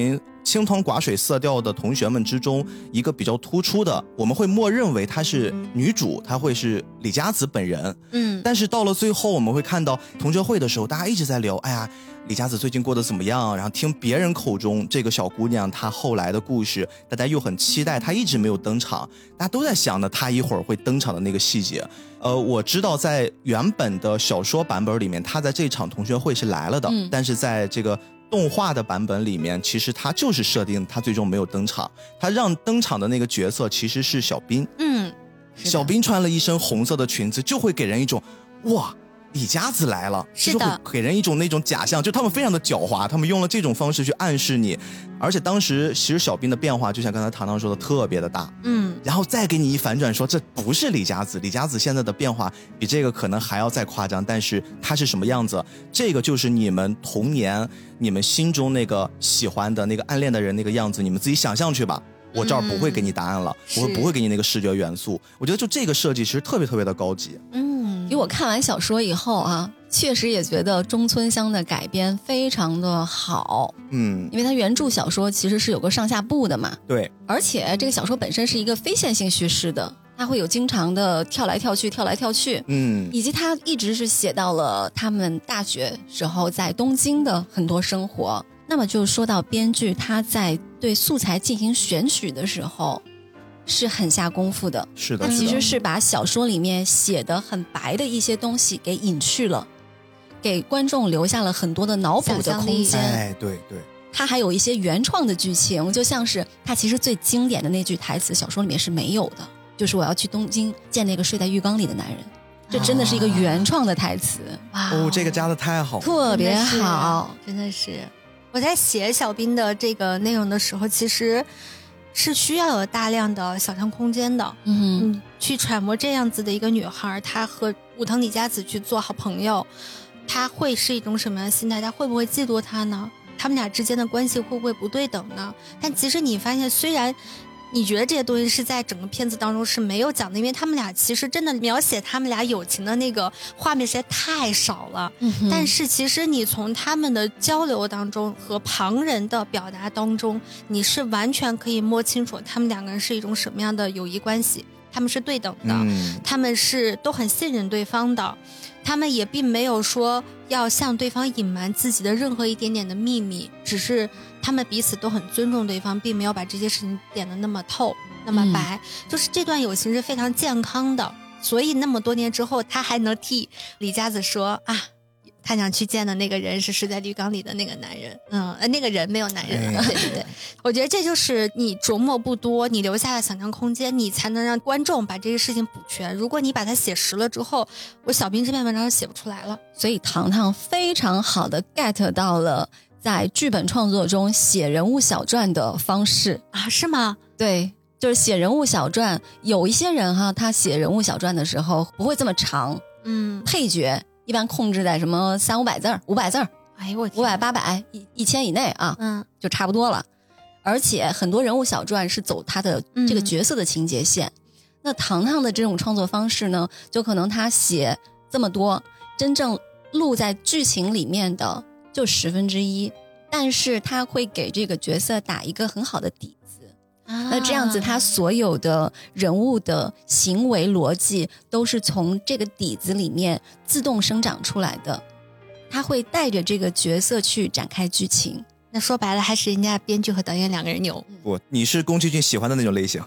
清汤寡水色调的同学们之中，一个比较突出的，我们会默认为她是女主，她会是李佳子本人。 嗯， 但是到了最后，我们会看到同学会的时候，大家一直在聊，哎呀，李佳子最近过得怎么样？然后听别人口中这个小姑娘她后来的故事，大家又很期待她一直没有登场，大家都在想着她一会儿会登场的那个细节。呃，我知道在原本的小说版本里面，她在这场同学会是来了的，嗯、但是在这个动画的版本里面，其实她就是设定她最终没有登场，她让登场的那个角色其实是小彬。 嗯， 小彬穿了一身红色的裙子，就会给人一种哇。李佳子来了， 是的， 就是会给人一种那种假象，就他们非常的狡猾，他们用了这种方式去暗示你，而且当时其实小彬的变化，就像刚才糖糖说的，特别的大， 嗯， 然后再给你一反转说这不是李佳子，李佳子现在的变化比这个可能还要再夸张，但是他是什么样子，这个就是你们童年你们心中那个喜欢的那个暗恋的人那个样子，你们自己想象去吧。我这儿不会给你答案了，嗯、我不会给你那个视觉元素。我觉得就这个设计其实特别特别的高级。 嗯， 因为我看完小说以后啊，确实也觉得中村香的改编非常的好。 嗯， 因为它原著小说其实是有个上下部的嘛。 对， 而且这个小说本身是一个非线性叙事的，它会有经常的跳来跳去跳来跳去。 嗯， 以及它一直是写到了他们大学时候在东京的很多生活。那么就说到编剧他在对素材进行选取的时候是很下功夫的。 是的， 他其实是把小说里面写的很白的一些东西给隐去了，给观众留下了很多的脑补的空间。 哎，对对， 他还有一些原创的剧情，就像是他其实最经典的那句台词小说里面是没有的，就是我要去东京见那个睡在浴缸里的男人。这真的是一个原创的台词。 哇、 哦，这个加的太好了， 特别好， 真的是。我在写小彬的这个内容的时候，其实是需要有大量的想象空间的。 嗯， 嗯，去揣摩这样子的一个女孩，她和武藤李佳子去做好朋友，她会是一种什么样的心态？她会不会嫉妒她呢？他们俩之间的关系会不会不对等呢？但其实你发现，虽然你觉得这些东西是在整个片子当中是没有讲的，因为他们俩其实真的描写他们俩友情的那个画面实在太少了、 嗯、 但是其实你从他们的交流当中和旁人的表达当中，你是完全可以摸清楚他们两个人是一种什么样的友谊关系，他们是对等的、 嗯、 他们是都很信任对方的，他们也并没有说要向对方隐瞒自己的任何一点点的秘密，只是他们彼此都很尊重对方，并没有把这些事情点得那么透那么白、嗯、就是这段友情是非常健康的。所以那么多年之后，他还能替李佳子说啊，他想去见的那个人是睡在浴缸里的那个男人，嗯，那个人没有男人了、哎、对对对。我觉得这就是你琢磨不多，你留下了想象空间，你才能让观众把这个事情补全。如果你把它写实了之后，我小彬这篇文章写不出来了。 所以糖糖非常好的 get 到了在剧本创作中写人物小传的方式啊？是吗？ 对，就是写人物小传，有一些人哈，他写人物小传的时候不会这么长， 嗯， 配角一般控制在什么三五百字儿、五百字儿， 哎呦我五百、八百、一一千以内啊， 嗯， 就差不多了。而且很多人物小传是走他的这个角色的情节线。嗯、那糖糖的这种创作方式呢，就可能他写这么多，真正录在剧情里面的就十分之一，但是他会给这个角色打一个很好的底子。啊、那这样子他所有的人物的行为逻辑都是从这个底子里面自动生长出来的，他会带着这个角色去展开剧情。 那说白了还是人家编剧和导演两个人牛。 不，你是宫崎骏喜欢的那种类型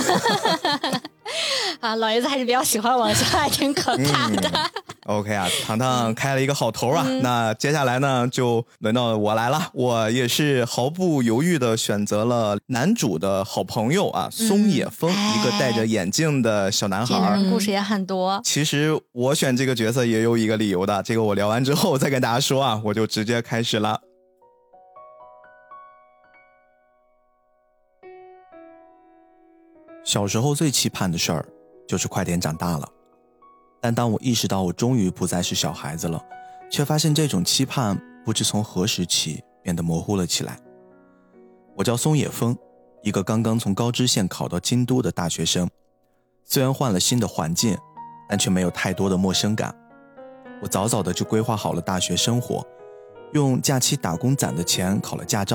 啊，老爷子还是比较喜欢我，这还挺可怕的、嗯、 OK 啊，糖糖开了一个好头啊、嗯、那接下来呢就轮到我来了，我也是毫不犹豫的选择了男主的好朋友啊，松野枫、嗯、一个戴着眼镜的小男孩。 这个人故事也很多。 其实我选这个角色也有一个理由的，这个我聊完之后再跟大家说啊，我就直接开始了。小时候最期盼的事儿就是快点长大了，但当我意识到我终于不再是小孩子了，却发现这种期盼不知从何时起变得模糊了起来。我叫松野枫，一个刚刚从高知县考到京都的大学生，虽然换了新的环境，但却没有太多的陌生感。我早早的就规划好了大学生活，用假期打工攒的钱考了驾照，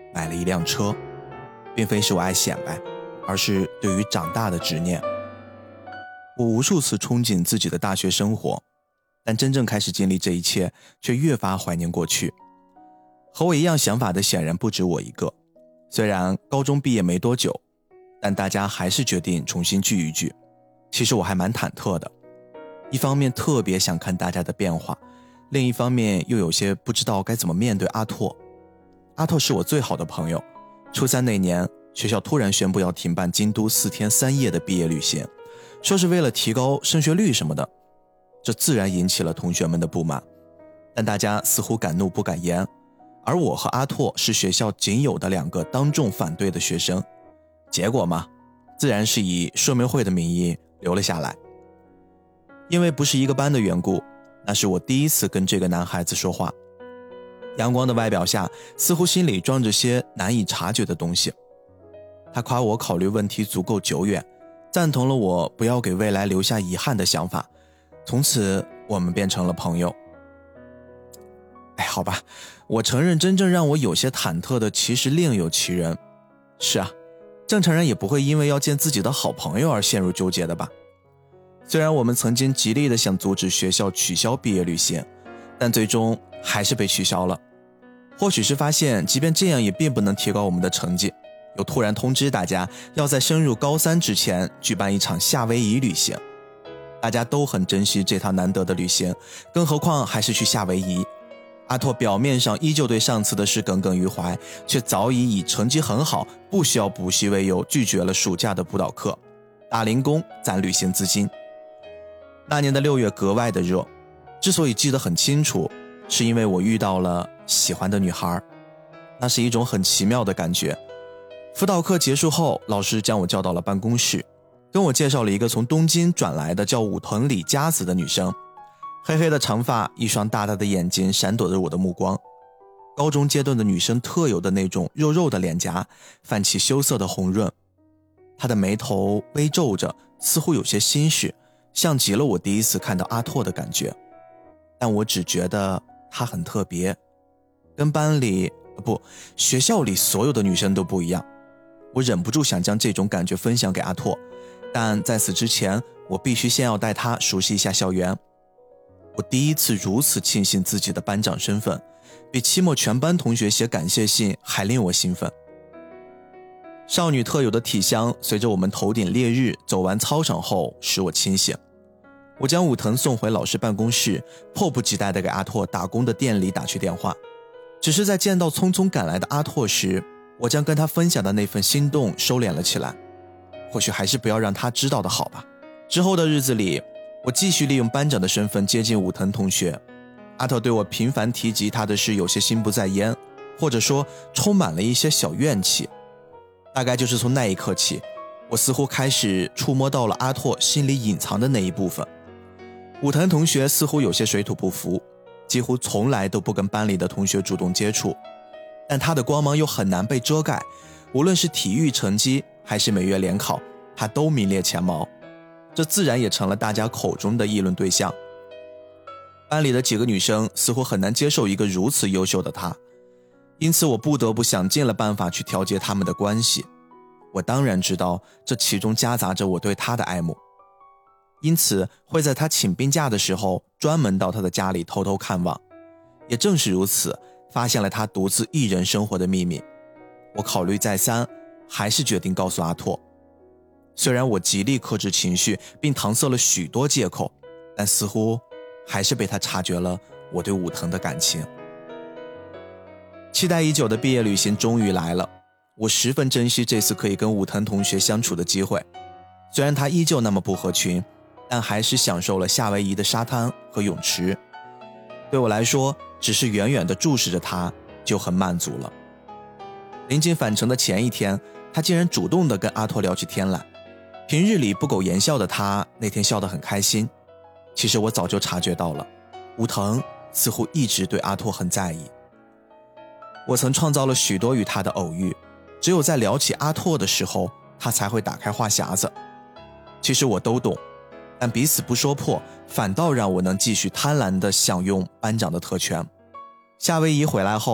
买了一辆车，并非是我爱显摆，而是对于长大的执念。我无数次憧憬自己的大学生活，但真正开始经历这一切，却越发怀念过去。和我一样想法的显然不止我一个，虽然高中毕业没多久，但大家还是决定重新聚一聚。其实我还蛮忐忑的，一方面特别想看大家的变化，另一方面又有些不知道该怎么面对阿拓。阿拓是我最好的朋友，初三那年，学校突然宣布要停办京都四天三夜的毕业旅行，说是为了提高升学率什么的，这自然引起了同学们的不满，但大家似乎敢怒不敢言，而我和阿拓是学校仅有的两个当众反对的学生，结果嘛，自然是以说明会的名义留了下来。因为不是一个班的缘故，那是我第一次跟这个男孩子说话。阳光的外表下，似乎心里装着些难以察觉的东西。他夸我考虑问题足够久远，赞同了我不要给未来留下遗憾的想法，从此我们变成了朋友。哎，好吧，我承认真正让我有些忐忑的其实另有其人。是啊，正常人也不会因为要见自己的好朋友而陷入纠结的吧。虽然我们曾经极力的想阻止学校取消毕业旅行，但最终还是被取消了。或许是发现即便这样也并不能提高我们的成绩，又突然通知大家要在升入高三之前举办一场夏威夷旅行。大家都很珍惜这趟难得的旅行，更何况还是去夏威夷。阿拓表面上依旧对上次的事耿耿于怀，却早已以成绩很好，不需要补习为由拒绝了暑假的辅导课，打零工攒旅行资金。那年的六月格外的热，之所以记得很清楚，是因为我遇到了喜欢的女孩，那是一种很奇妙的感觉。辅导课结束后，老师将我叫到了办公室，跟我介绍了一个从东京转来的叫武藤里佳子的女生，黑黑的长发，一双大大的眼睛闪躲着我的目光。高中阶段的女生特有的那种肉肉的脸颊，泛起羞涩的红润。她的眉头微皱着，似乎有些心事，像极了我第一次看到阿拓的感觉。但我只觉得她很特别，跟班里不学校里所有的女生都不一样。我忍不住想将这种感觉分享给阿拓，但在此之前，我必须先要带他熟悉一下校园。我第一次如此庆幸自己的班长身份，比期末全班同学写感谢信还令我兴奋。少女特有的体香随着我们头顶烈日走完操场后使我清醒。我将武藤送回老师办公室，迫不及待地给阿拓打工的店里打去电话。只是在见到匆匆赶来的阿拓时，我将跟他分享的那份心动收敛了起来。或许还是不要让他知道的好吧。之后的日子里，我继续利用班长的身份接近武藤同学。阿拓对我频繁提及他的事有些心不在焉，或者说充满了一些小怨气。大概就是从那一刻起，我似乎开始触摸到了阿拓心里隐藏的那一部分。武藤同学似乎有些水土不服，几乎从来都不跟班里的同学主动接触，但他的光芒又很难被遮盖，无论是体育成绩还是每月联考，他都名列前茅，这自然也成了大家口中的议论对象。班里的几个女生似乎很难接受一个如此优秀的他，因此我不得不想尽了办法去调节他们的关系。我当然知道这其中夹杂着我对他的爱慕，因此会在他请病假的时候专门到他的家里偷偷看望。也正是如此，发现了他独自一人生活的秘密。我考虑再三，还是决定告诉阿拓。虽然我极力克制情绪，并搪塞了许多借口，但似乎还是被他察觉了我对武藤的感情。期待已久的毕业旅行终于来了，我十分珍惜这次可以跟武藤同学相处的机会。虽然他依旧那么不合群，但还是享受了夏威夷的沙滩和泳池。对我来说，只是远远地注视着他就很满足了。临近返程的前一天，他竟然主动地跟阿拓聊起天来。平日里不苟言笑的他，那天笑得很开心。其实我早就察觉到了，武藤似乎一直对阿拓很在意。我曾创造了许多与他的偶遇，只有在聊起阿拓的时候，他才会打开话匣子。其实我都懂，但彼此不说破，反倒让我能继续贪婪地享用班长的特权。夏威夷回来后，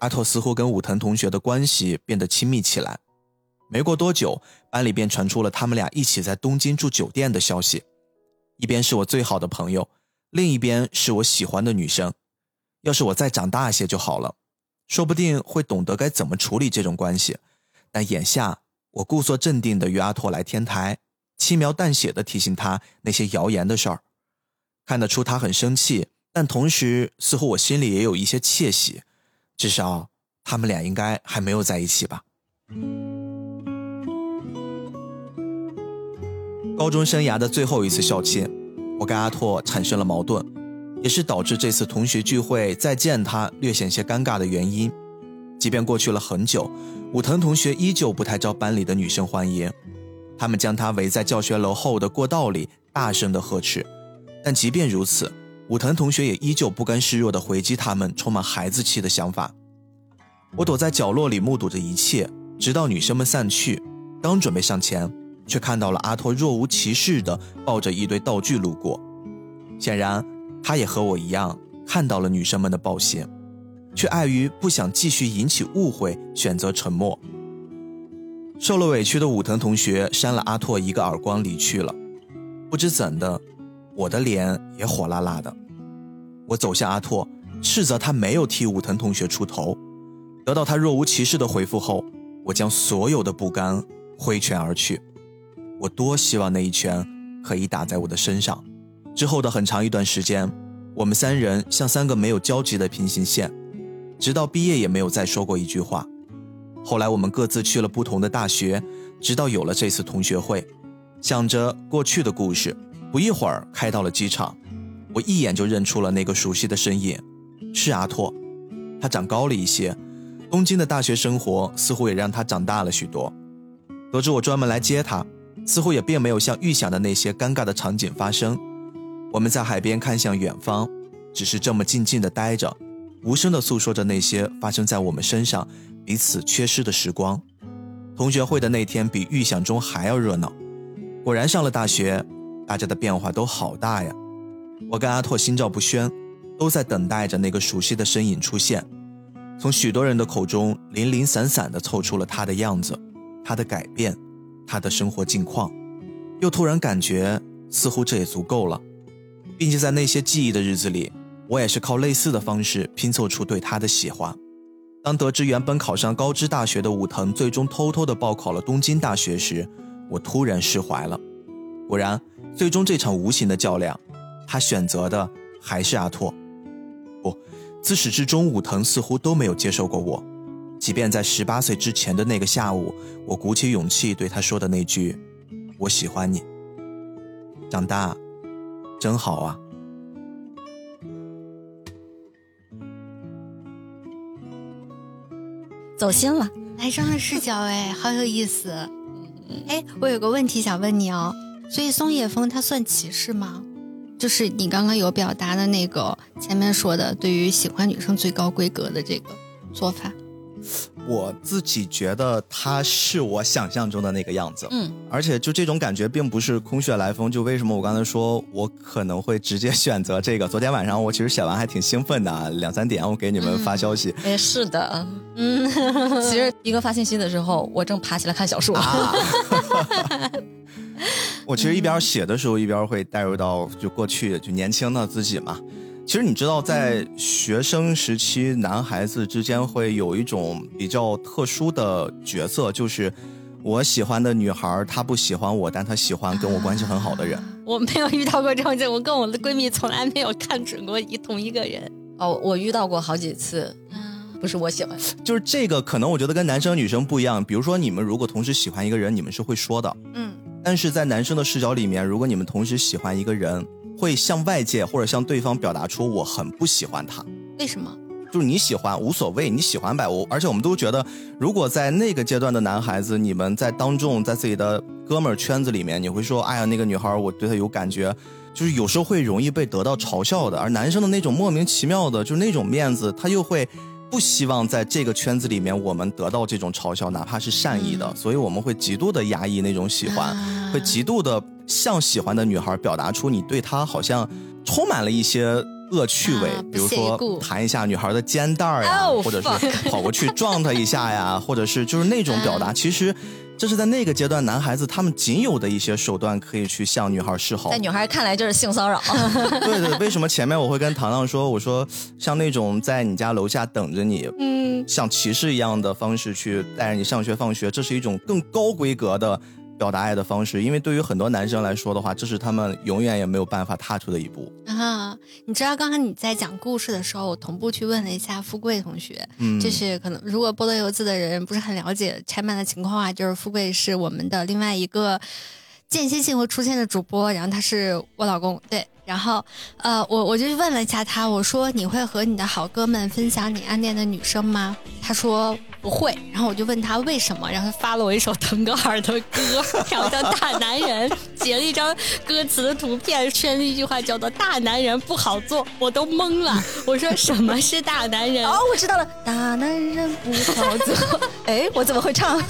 阿拓似乎跟武藤同学的关系变得亲密起来。没过多久，班里便传出了他们俩一起在东京住酒店的消息。一边是我最好的朋友，另一边是我喜欢的女生。要是我再长大些就好了，说不定会懂得该怎么处理这种关系。但眼下，我故作镇定地约阿拓来天台，轻描淡写地提醒他那些谣言的事儿。看得出他很生气，但同时似乎我心里也有一些窃喜，至少他们俩应该还没有在一起吧。高中生涯的最后一次校庆，我跟阿拓产生了矛盾，也是导致这次同学聚会再见他略显些尴尬的原因。即便过去了很久，武藤同学依旧不太招班里的女生欢迎，他们将他围在教学楼后的过道里大声地呵斥。但即便如此，武藤同学也依旧不甘示弱地回击他们充满孩子气的想法。我躲在角落里目睹着一切，直到女生们散去，刚准备上前，却看到了阿拓若无其事地抱着一堆道具路过。显然他也和我一样看到了女生们的暴行，却碍于不想继续引起误会，选择沉默。受了委屈的武藤同学扇了阿拓一个耳光离去了。不知怎的，我的脸也火辣辣的。我走向阿拓，斥责他没有替武藤同学出头。得到他若无其事的回复后，我将所有的不甘挥拳而去。我多希望那一拳可以打在我的身上。之后的很长一段时间，我们三人像三个没有交集的平行线，直到毕业也没有再说过一句话。后来我们各自去了不同的大学，直到有了这次同学会。想着过去的故事，不一会儿开到了机场，我一眼就认出了那个熟悉的身影，是阿拓。他长高了一些，东京的大学生活似乎也让他长大了许多。得知我专门来接他，似乎也并没有像预想的那些尴尬的场景发生。我们在海边看向远方，只是这么静静地待着，无声地诉说着那些发生在我们身上彼此缺失的时光。同学会的那天比预想中还要热闹，果然上了大学，大家的变化都好大呀。我跟阿拓心照不宣，都在等待着那个熟悉的身影出现。从许多人的口中零零散散地凑出了他的样子，他的改变，他的生活境况，又突然感觉似乎这也足够了。并且在那些记忆的日子里，我也是靠类似的方式拼凑出对他的喜欢。当得知原本考上高知大学的武藤最终偷偷地报考了东京大学时，我突然释怀了。果然，最终这场无形的较量，他选择的还是阿拓。不，自始至终武藤似乎都没有接受过我。即便在十八岁之前的那个下午，我鼓起勇气对他说的那句我喜欢你。长大真好啊。 走心了， 男生的视角，哎，好有意思。哎，我有个问题想问你哦，所以松野枫他算歧视吗？就是你刚刚有表达的那个前面说的对于喜欢女生最高规格的这个做法。 我自己觉得他是我想象中的那个样子， 嗯， 而且就这种感觉并不是空穴来风。就为什么我刚才说我可能会直接选择这个？昨天晚上我其实写完还挺兴奋的，两三点我给你们发消息。 哎、嗯，是的，嗯，其实一个发信息的时候，我正爬起来看小说。啊、 我其实一边写的时候，一边会带入到就过去就年轻的自己嘛。其实你知道，在学生时期，男孩子之间会有一种比较特殊的角色，就是我喜欢的女孩，她不喜欢我，但她喜欢跟我关系很好的人。啊、 我没有遇到过这种情况，我跟我的闺蜜从来没有看准过一同一个人。 哦，我遇到过好几次，不是我喜欢。 就是这个，可能我觉得跟男生女生不一样。比如说，你们如果同时喜欢一个人，你们是会说的， 嗯， 但是在男生的视角里面，如果你们同时喜欢一个人，会向外界或者向对方表达出我很不喜欢他。 为什么？ 就是你喜欢无所谓，你喜欢呗。我而且我们都觉得，如果在那个阶段的男孩子，你们在当众在自己的哥们儿圈子里面，你会说，哎呀，那个女孩我对她有感觉，就是有时候会容易被得到嘲笑的。而男生的那种莫名其妙的，就是那种面子，他又会不希望在这个圈子里面我们得到这种嘲笑，哪怕是善意的，嗯、所以我们会极度的压抑那种喜欢，啊、会极度的向喜欢的女孩表达出你对她好像充满了一些恶趣味， 啊、 比如说弹一下女孩的肩带呀， oh, 或者是跑过去撞她一下呀，或者是就是那种表达，其实这是在那个阶段男孩子他们仅有的一些手段可以去向女孩示好， 在女孩看来就是性骚扰。 对对，为什么前面我会跟糖糖说，我说像那种在你家楼下等着你，嗯，像骑士一样的方式去带着你上学放学，这是一种更高规格的表达爱的方式，因为对于很多男生来说的话，这是他们永远也没有办法踏出的一步啊。你知道刚刚你在讲故事的时候，我同步去问了一下富贵同学，嗯，就是可能如果菠萝油子的人不是很了解拆漫的情况啊，就是富贵是我们的另外一个间歇性会出现的主播，然后他是我老公，对。然后，呃，我我就问了一下他，我说你会和你的好哥们分享你暗恋的女生吗？他说不会。然后我就问他为什么，然后他发了我一首腾格尔的歌，然后叫《大男人》，截了一张歌词的图片，圈了一句话叫做“大男人不好做”，我都懵了。我说什么是大男人？ 哦，我知道了，大男人不好做。哎，我怎么会唱？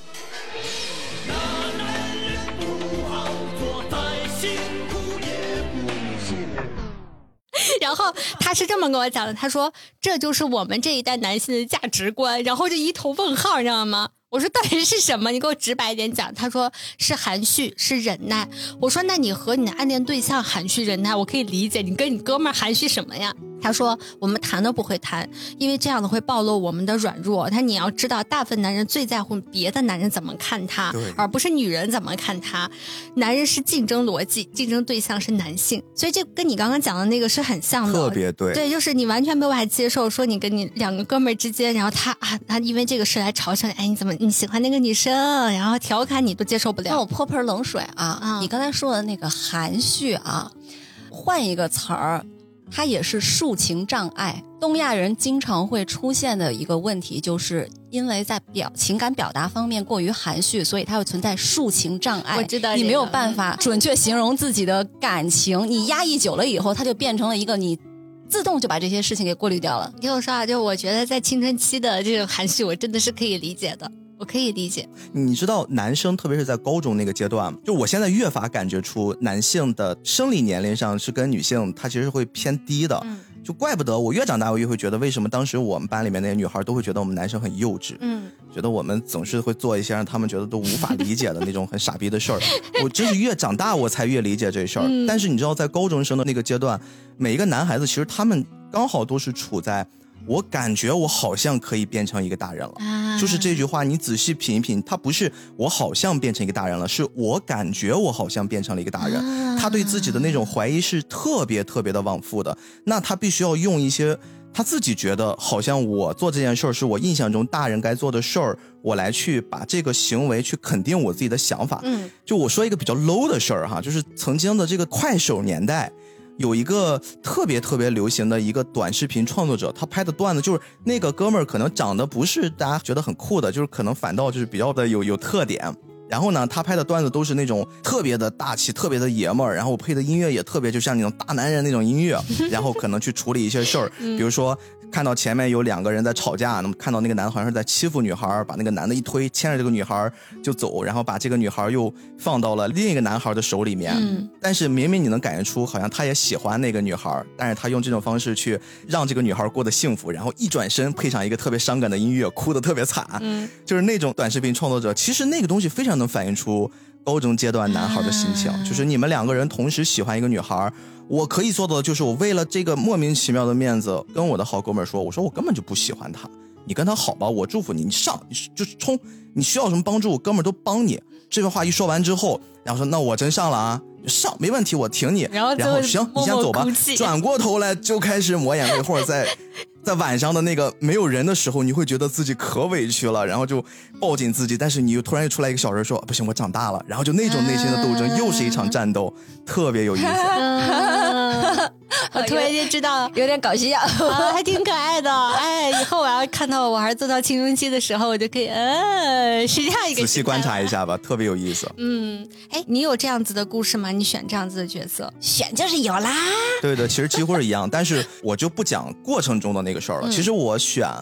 然后他是这么跟我讲的，他说这就是我们这一代男性的价值观，然后就一头问号，你知道吗？我说到底是什么？你给我直白一点讲。他说是含蓄，是忍耐。我说那你和你的暗恋对象含蓄忍耐，我可以理解，你跟你哥们儿含蓄什么呀？他说我们谈都不会谈，因为这样的会暴露我们的软弱。他你要知道，大部分男人最在乎别的男人怎么看他，而不是女人怎么看他。男人是竞争逻辑，竞争对象是男性，所以这跟你刚刚讲的那个是很像的， 特别对。 对，就是你完全没有办法接受说你跟你两个哥们儿之间，然后他啊，他因为这个事来嘲笑你，哎，你怎么你喜欢那个女生，然后调侃你都接受不了。 那我泼盆冷水啊， 嗯、 你刚才说的那个含蓄啊，换一个词儿。它也是抒情障碍。东亚人经常会出现的一个问题，就是因为在表情感表达方面过于含蓄，所以它会存在抒情障碍。 我知道、这个、 你没有办法准确形容自己的感情，你压抑久了以后，它就变成了一个你自动就把这些事情给过滤掉了。 你听我说啊，就我觉得在青春期的这种含蓄，我真的是可以理解的。我可以理解。 你知道男生特别是在高中那个阶段，就我现在越发感觉出男性的生理年龄上是跟女性他其实会偏低的、嗯、就怪不得我越长大我越会觉得为什么当时我们班里面那些女孩都会觉得我们男生很幼稚，嗯，觉得我们总是会做一些让他们觉得都无法理解的那种很傻逼的事儿。我真是越长大我才越理解这事儿、嗯、但是你知道在高中生的那个阶段，每一个男孩子其实他们刚好都是处在我感觉我好像可以变成一个大人了、啊、就是这句话你仔细品一品，它不是我好像变成一个大人了，是我感觉我好像变成了一个大人、啊、他对自己的那种怀疑是特别特别的往复的，那他必须要用一些他自己觉得好像我做这件事儿是我印象中大人该做的事儿，我来去把这个行为去肯定我自己的想法。嗯，就我说一个比较 low 的事儿哈，就是曾经的这个快手年代有一个特别特别流行的一个短视频创作者，他拍的段子就是那个哥们儿可能长得不是大家觉得很酷的，就是可能反倒就是比较的有有特点，然后呢他拍的段子都是那种特别的大气特别的爷们儿，然后配的音乐也特别就像那种大男人那种音乐，然后可能去处理一些事儿比如说看到前面有两个人在吵架，那么看到那个男的好像是在欺负女孩，把那个男的一推牵着这个女孩就走，然后把这个女孩又放到了另一个男孩的手里面、嗯、但是明明你能感觉出好像他也喜欢那个女孩，但是他用这种方式去让这个女孩过得幸福，然后一转身配上一个特别伤感的音乐，哭得特别惨、嗯、就是那种短视频创作者，其实那个东西非常能反映出高中阶段男孩的心情、啊、就是你们两个人同时喜欢一个女孩，我可以做到的就是我为了这个莫名其妙的面子跟我的好哥们说，我说我根本就不喜欢他，你跟他好吧，我祝福你，你上你就是冲，你需要什么帮助我哥们都帮你。这句话一说完之后，然后说那我真上了啊，上没问题我挺你， 然后然后行你先走吧，转过头来就开始抹眼泪，或者在在晚上的那个没有人的时候，你会觉得自己可委屈了，然后就抱紧自己，但是你又突然又出来一个小人说不行我长大了，然后就那种内心的斗争、啊、又是一场战斗，特别有意思、啊、 我突然间知道有点搞笑、 啊、还挺可爱的。哎，以后我要看到我儿子到青春期的时候，我就可以嗯是这样一个仔细观察一下吧，特别有意思。 嗯，哎，你有这样子的故事吗？你选这样子的角色？ 选就是有啦。 对的，其实几乎是一样，但是我就不讲过程中的那个事儿了、嗯、其实我选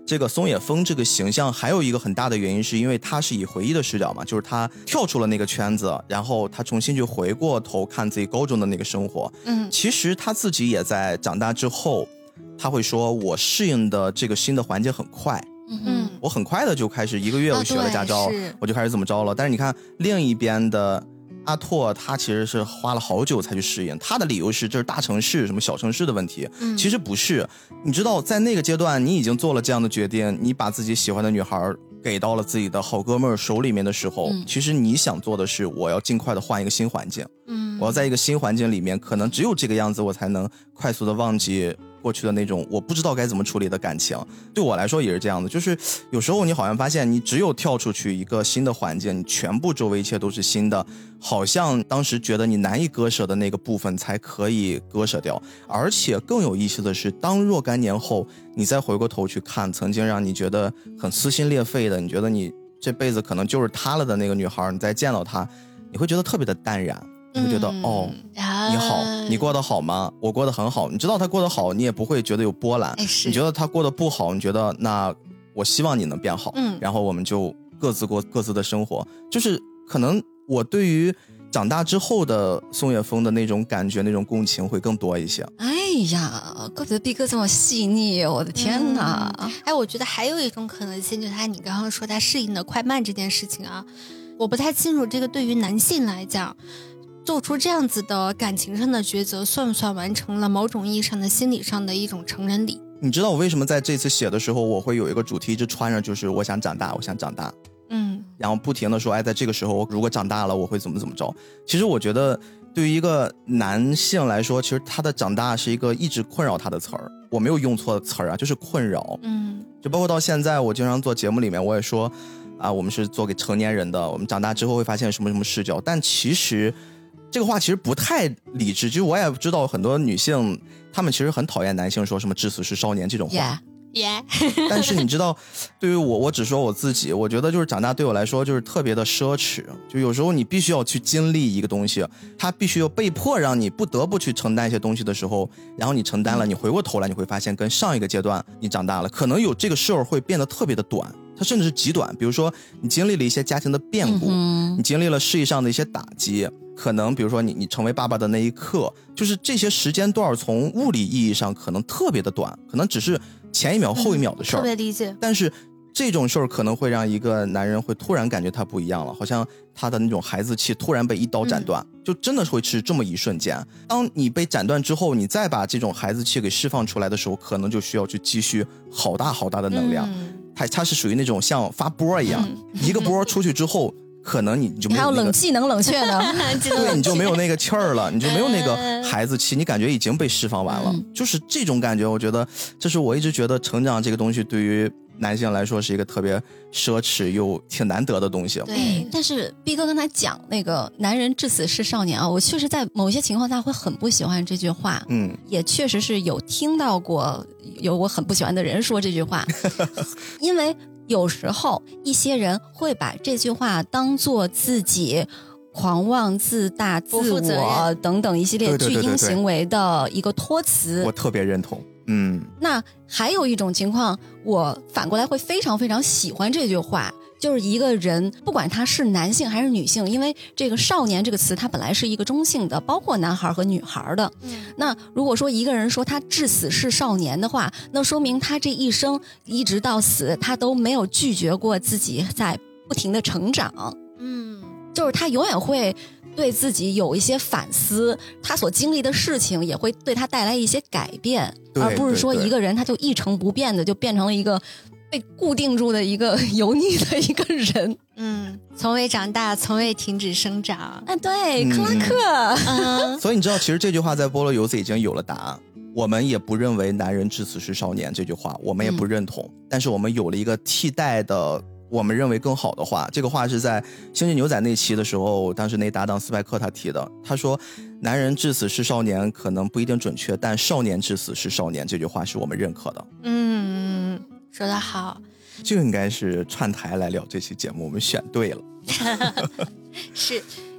这个松野枫这个形象还有一个很大的原因，是因为他是以回忆的视角嘛，就是他跳出了那个圈子，然后他重新去回过头看自己高中的那个生活。 嗯， 其实他自己也在长大之后，他会说我适应的这个新的环境很快。 嗯， 我很快的就开始一个月我学了驾照， 啊、 我就开始怎么着了。但是你看另一边的阿拓，他其实是花了好久才去适应，他的理由是这是大城市什么小城市的问题、嗯、其实不是。你知道在那个阶段你已经做了这样的决定，你把自己喜欢的女孩给到了自己的好哥们儿手里面的时候、嗯、其实你想做的是我要尽快的换一个新环境，嗯，我要在一个新环境里面，可能只有这个样子我才能快速的忘记过去的那种我不知道该怎么处理的感情。对我来说也是这样的，就是有时候你好像发现你只有跳出去一个新的环境，你全部周围一切都是新的，好像当时觉得你难以割舍的那个部分才可以割舍掉。而且更有意思的是，当若干年后你再回过头去看曾经让你觉得很撕心裂肺的，你觉得你这辈子可能就是她了的那个女孩，你再见到她，你会觉得特别的淡然，你会觉得、嗯、哦你好，你过得好吗？我过得很好。你知道他过得好，你也不会觉得有波澜。你觉得他过得不好，你觉得那我希望你能变好。嗯，然后我们就各自过各自的生活。就是可能我对于长大之后的松野枫的那种感觉，那种共情会更多一些。 哎呀，怪不得毕哥这么细腻，我的天哪、 嗯！哎，我觉得还有一种可能性，就是他你刚刚说他适应的快慢这件事情啊，我不太清楚这个对于男性来讲。做出这样子的感情上的抉择，算不算完成了某种意义上的心理上的一种成人礼？ 你知道我为什么在这次写的时候我会有一个主题一直穿着，就是我想长大我想长大，嗯，然后不停的说哎，在这个时候我如果长大了我会怎么怎么着。其实我觉得对于一个男性来说，其实他的长大是一个一直困扰他的词儿，我没有用错词儿啊，就是困扰。嗯，就包括到现在我经常做节目里面我也说啊，我们是做给成年人的，我们长大之后会发现什么什么视角，但其实这个话其实不太理智。就是我也知道很多女性她们其实很讨厌男性说什么至死是少年这种话， yeah. 但是你知道对于我，我只说我自己，我觉得就是长大对我来说就是特别的奢侈。就有时候你必须要去经历一个东西，它必须要被迫让你不得不去承担一些东西的时候，然后你承担了，你回过头来你会发现跟上一个阶段你长大了，可能有这个事儿会变得特别的短，它甚至是极短。比如说你经历了一些家庭的变故、嗯、你经历了事业上的一些打击，可能比如说你你成为爸爸的那一刻，就是这些时间段从物理意义上可能特别的短，可能只是前一秒后一秒的事儿、嗯、 特别理解。 但是这种事儿可能会让一个男人会突然感觉他不一样了，好像他的那种孩子气突然被一刀斩断、嗯、就真的会是这么一瞬间。当你被斩断之后，你再把这种孩子气给释放出来的时候，可能就需要去积蓄好大好大的能量、嗯、它, 它是属于那种像发波一样、嗯、一个波出去之后可能你就没有、那个、 还有冷气能冷却呢对，你就没有那个气儿了，你就没有那个孩子气，你感觉已经被释放完了、嗯、就是这种感觉。我觉得这是我一直觉得成长这个东西对于男性来说是一个特别奢侈又挺难得的东西。 对，但是毕哥刚才讲那个男人至死是少年啊，我确实在某些情况下会很不喜欢这句话。嗯，也确实是有听到过有我很不喜欢的人说这句话因为有时候一些人会把这句话当作自己狂妄自大自我等等一系列巨婴行为的一个托词。 我特别认同。嗯， 那还有一种情况，我反过来会非常非常喜欢这句话，就是一个人不管他是男性还是女性，因为这个少年这个词它本来是一个中性的，包括男孩和女孩的、嗯、那如果说一个人说他至死是少年的话，那说明他这一生一直到死他都没有拒绝过自己在不停的成长。嗯，就是他永远会对自己有一些反思，他所经历的事情也会对他带来一些改变，而不是说一个人他就一成不变的就变成了一个被固定住的一个油腻的一个人。 嗯，从未长大，从未停止生长。 啊，对，克拉克。 嗯，所以你知道，其实这句话在菠萝油子已经有了答案。我们也不认为男人至死是少年这句话，我们也不认同、嗯、但是我们有了一个替代的我们认为更好的话。这个话是在星际牛仔那期的时候，当时那搭档斯派克他提的，他说男人至死是少年可能不一定准确，但少年至死是少年这句话是我们认可的。 嗯，说得好， 就应该是串台来聊这期节目，我们选对了是。 哎，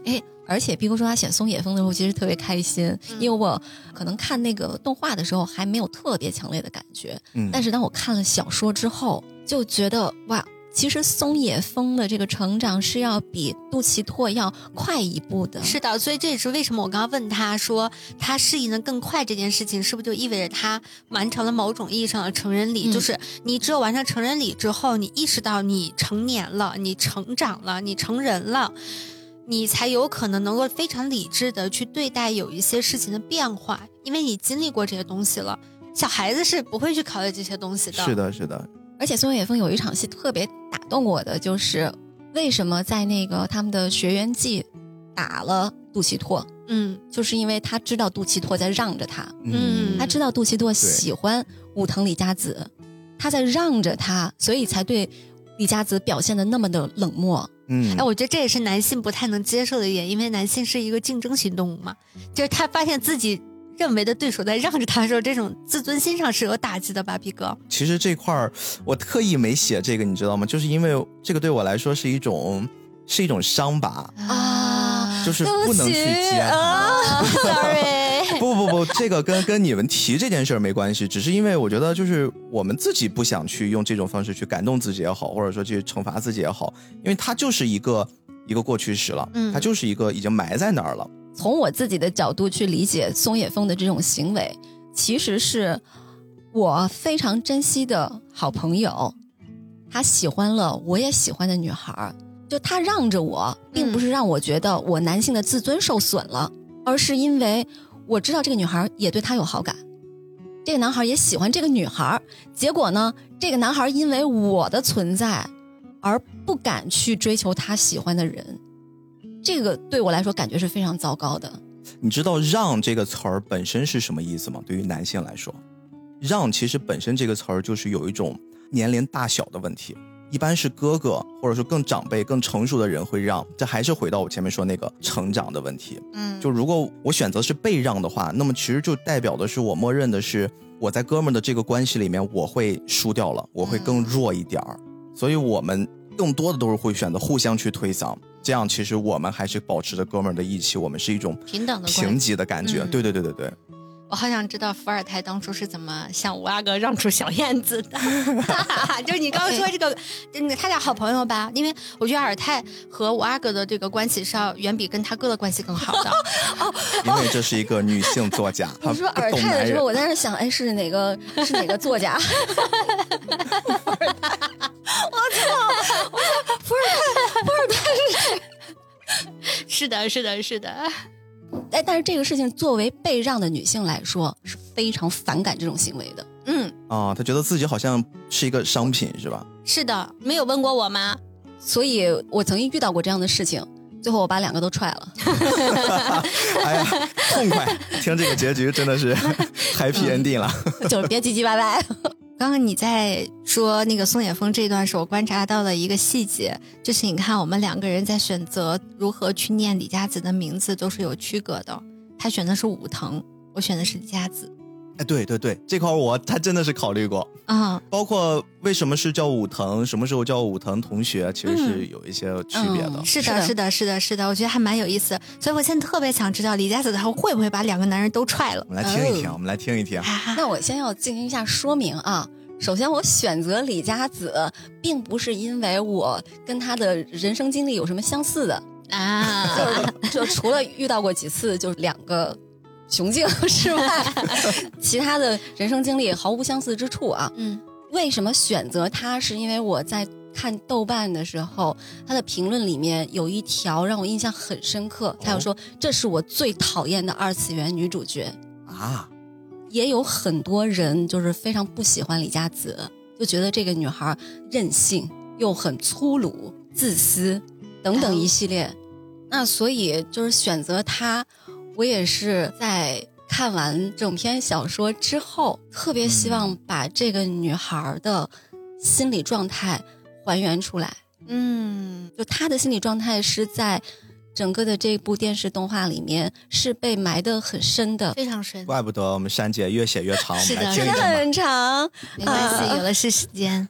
而且毕哥说他选松野枫的时候其实特别开心、嗯、因为我可能看那个动画的时候还没有特别强烈的感觉、嗯、但是当我看了小说之后就觉得哇，其实松野枫的这个成长是要比杜琪拓要快一步的。 是的，所以这也是为什么我刚刚问他说他适应的更快这件事情是不是就意味着他完成了某种意义上的成人礼、嗯、就是你只有完成成人礼之后，你意识到你成年了，你成长了，你成人了，你才有可能能够非常理智的去对待有一些事情的变化，因为你经历过这些东西了。小孩子是不会去考虑这些东西的。 是的是的。 而且松野枫有一场戏特别打动我的，就是为什么在那个他们的学园季打了杜琪拓， 嗯， 就是因为他知道杜琪拓在让着他， 嗯， 他知道杜琪拓喜欢武藤李佳子，他在让着他，所以才对李佳子表现的那么的冷漠。 嗯， 哎，我觉得这也是男性不太能接受的一点，因为男性是一个竞争型动物嘛，就是他发现自己认为的对手在让着他的时候，这种自尊心上是有打击的吧，毕哥。 其实这块儿我特意没写这个，你知道吗？就是因为这个对我来说是一种是一种伤疤啊， 就是不能去接它。 啊、Sorry， 不不不，这个跟跟你们提这件事儿没关系，只是因为我觉得就是我们自己不想去用这种方式去感动自己也好，或者说去惩罚自己也好，因为它就是一个一个过去时了， 嗯， 它就是一个已经埋在那儿了。 从我自己的角度去理解松野枫的这种行为，其实是我非常珍惜的好朋友，他喜欢了我也喜欢的女孩，就他让着我，并不是让我觉得我男性的自尊受损了、嗯、而是因为我知道这个女孩也对他有好感，这个男孩也喜欢这个女孩，结果呢，这个男孩因为我的存在而不敢去追求他喜欢的人，这个对我来说感觉是非常糟糕的。 你知道让这个词儿本身是什么意思吗？对于男性来说，让其实本身这个词儿就是有一种年龄大小的问题，一般是哥哥或者说更长辈更成熟的人会让，这还是回到我前面说那个成长的问题。 嗯， 就如果我选择是被让的话，那么其实就代表的是我默认的是我在哥们的这个关系里面我会输掉了，我会更弱一点儿、嗯、所以我们更多的都是会选择互相去推搡，这样其实我们还是保持着哥们儿的义气，我们是一种平等的平级的感觉、嗯、对对对对对。 我好想知道伏尔泰当初是怎么向五阿哥让出小燕子的就是你刚刚说这个他俩好朋友吧，因为我觉得尔泰和五阿哥的这个关系是要远比跟他哥的关系更好的哦， 因为这是一个女性作家你说尔泰的时候我在那想，哎，是哪个是哪个作家伏尔泰我操我操伏尔泰伏尔泰是谁是的是的是的。 哎，但是这个事情作为被让的女性来说是非常反感这种行为的。 嗯啊，她觉得自己好像是一个商品是吧？ 是的，没有问过我吗？ 所以我曾经遇到过这样的事情，最后我把两个都踹了哎呀痛快，听这个结局真的是 happy ending 了、 嗯、就是别唧唧歪歪。 刚刚你在说那个松野枫这一段时，我观察到了一个细节，就是你看我们两个人在选择如何去念李佳子的名字都是有区隔的，他选的是武藤，我选的是李佳子。 哎，对对对，这块我他真的是考虑过啊、嗯， 包括为什么是叫武藤，什么时候叫武藤同学，其实是有一些区别的、 嗯嗯、是的是的是的是的，我觉得还蛮有意思的，所以我现在特别想知道李佳子他会不会把两个男人都踹了。 我们来听一听、哦、我们来听一听。 那我先要进行一下说明啊，首先我选择李佳子并不是因为我跟他的人生经历有什么相似的啊， 就, 就除了遇到过几次就是两个雄竞之外其他的人生经历毫无相似之处啊。 嗯， 为什么选择他是因为我在看豆瓣的时候，他的评论里面有一条让我印象很深刻，他有说、哦、这是我最讨厌的二次元女主角啊。 也有很多人就是非常不喜欢李佳子，就觉得这个女孩任性又很粗鲁自私等等一系列、嗯、那所以就是选择她，我也是在看完整篇小说之后特别希望把这个女孩的心理状态还原出来。 嗯， 就她的心理状态是在整个的这部电视动画里面是被埋得很深的， 非常深， 怪不得我们珊姐越写越长。 是的， 我们来听一听吧。 很长， 没关系、啊、有的是时间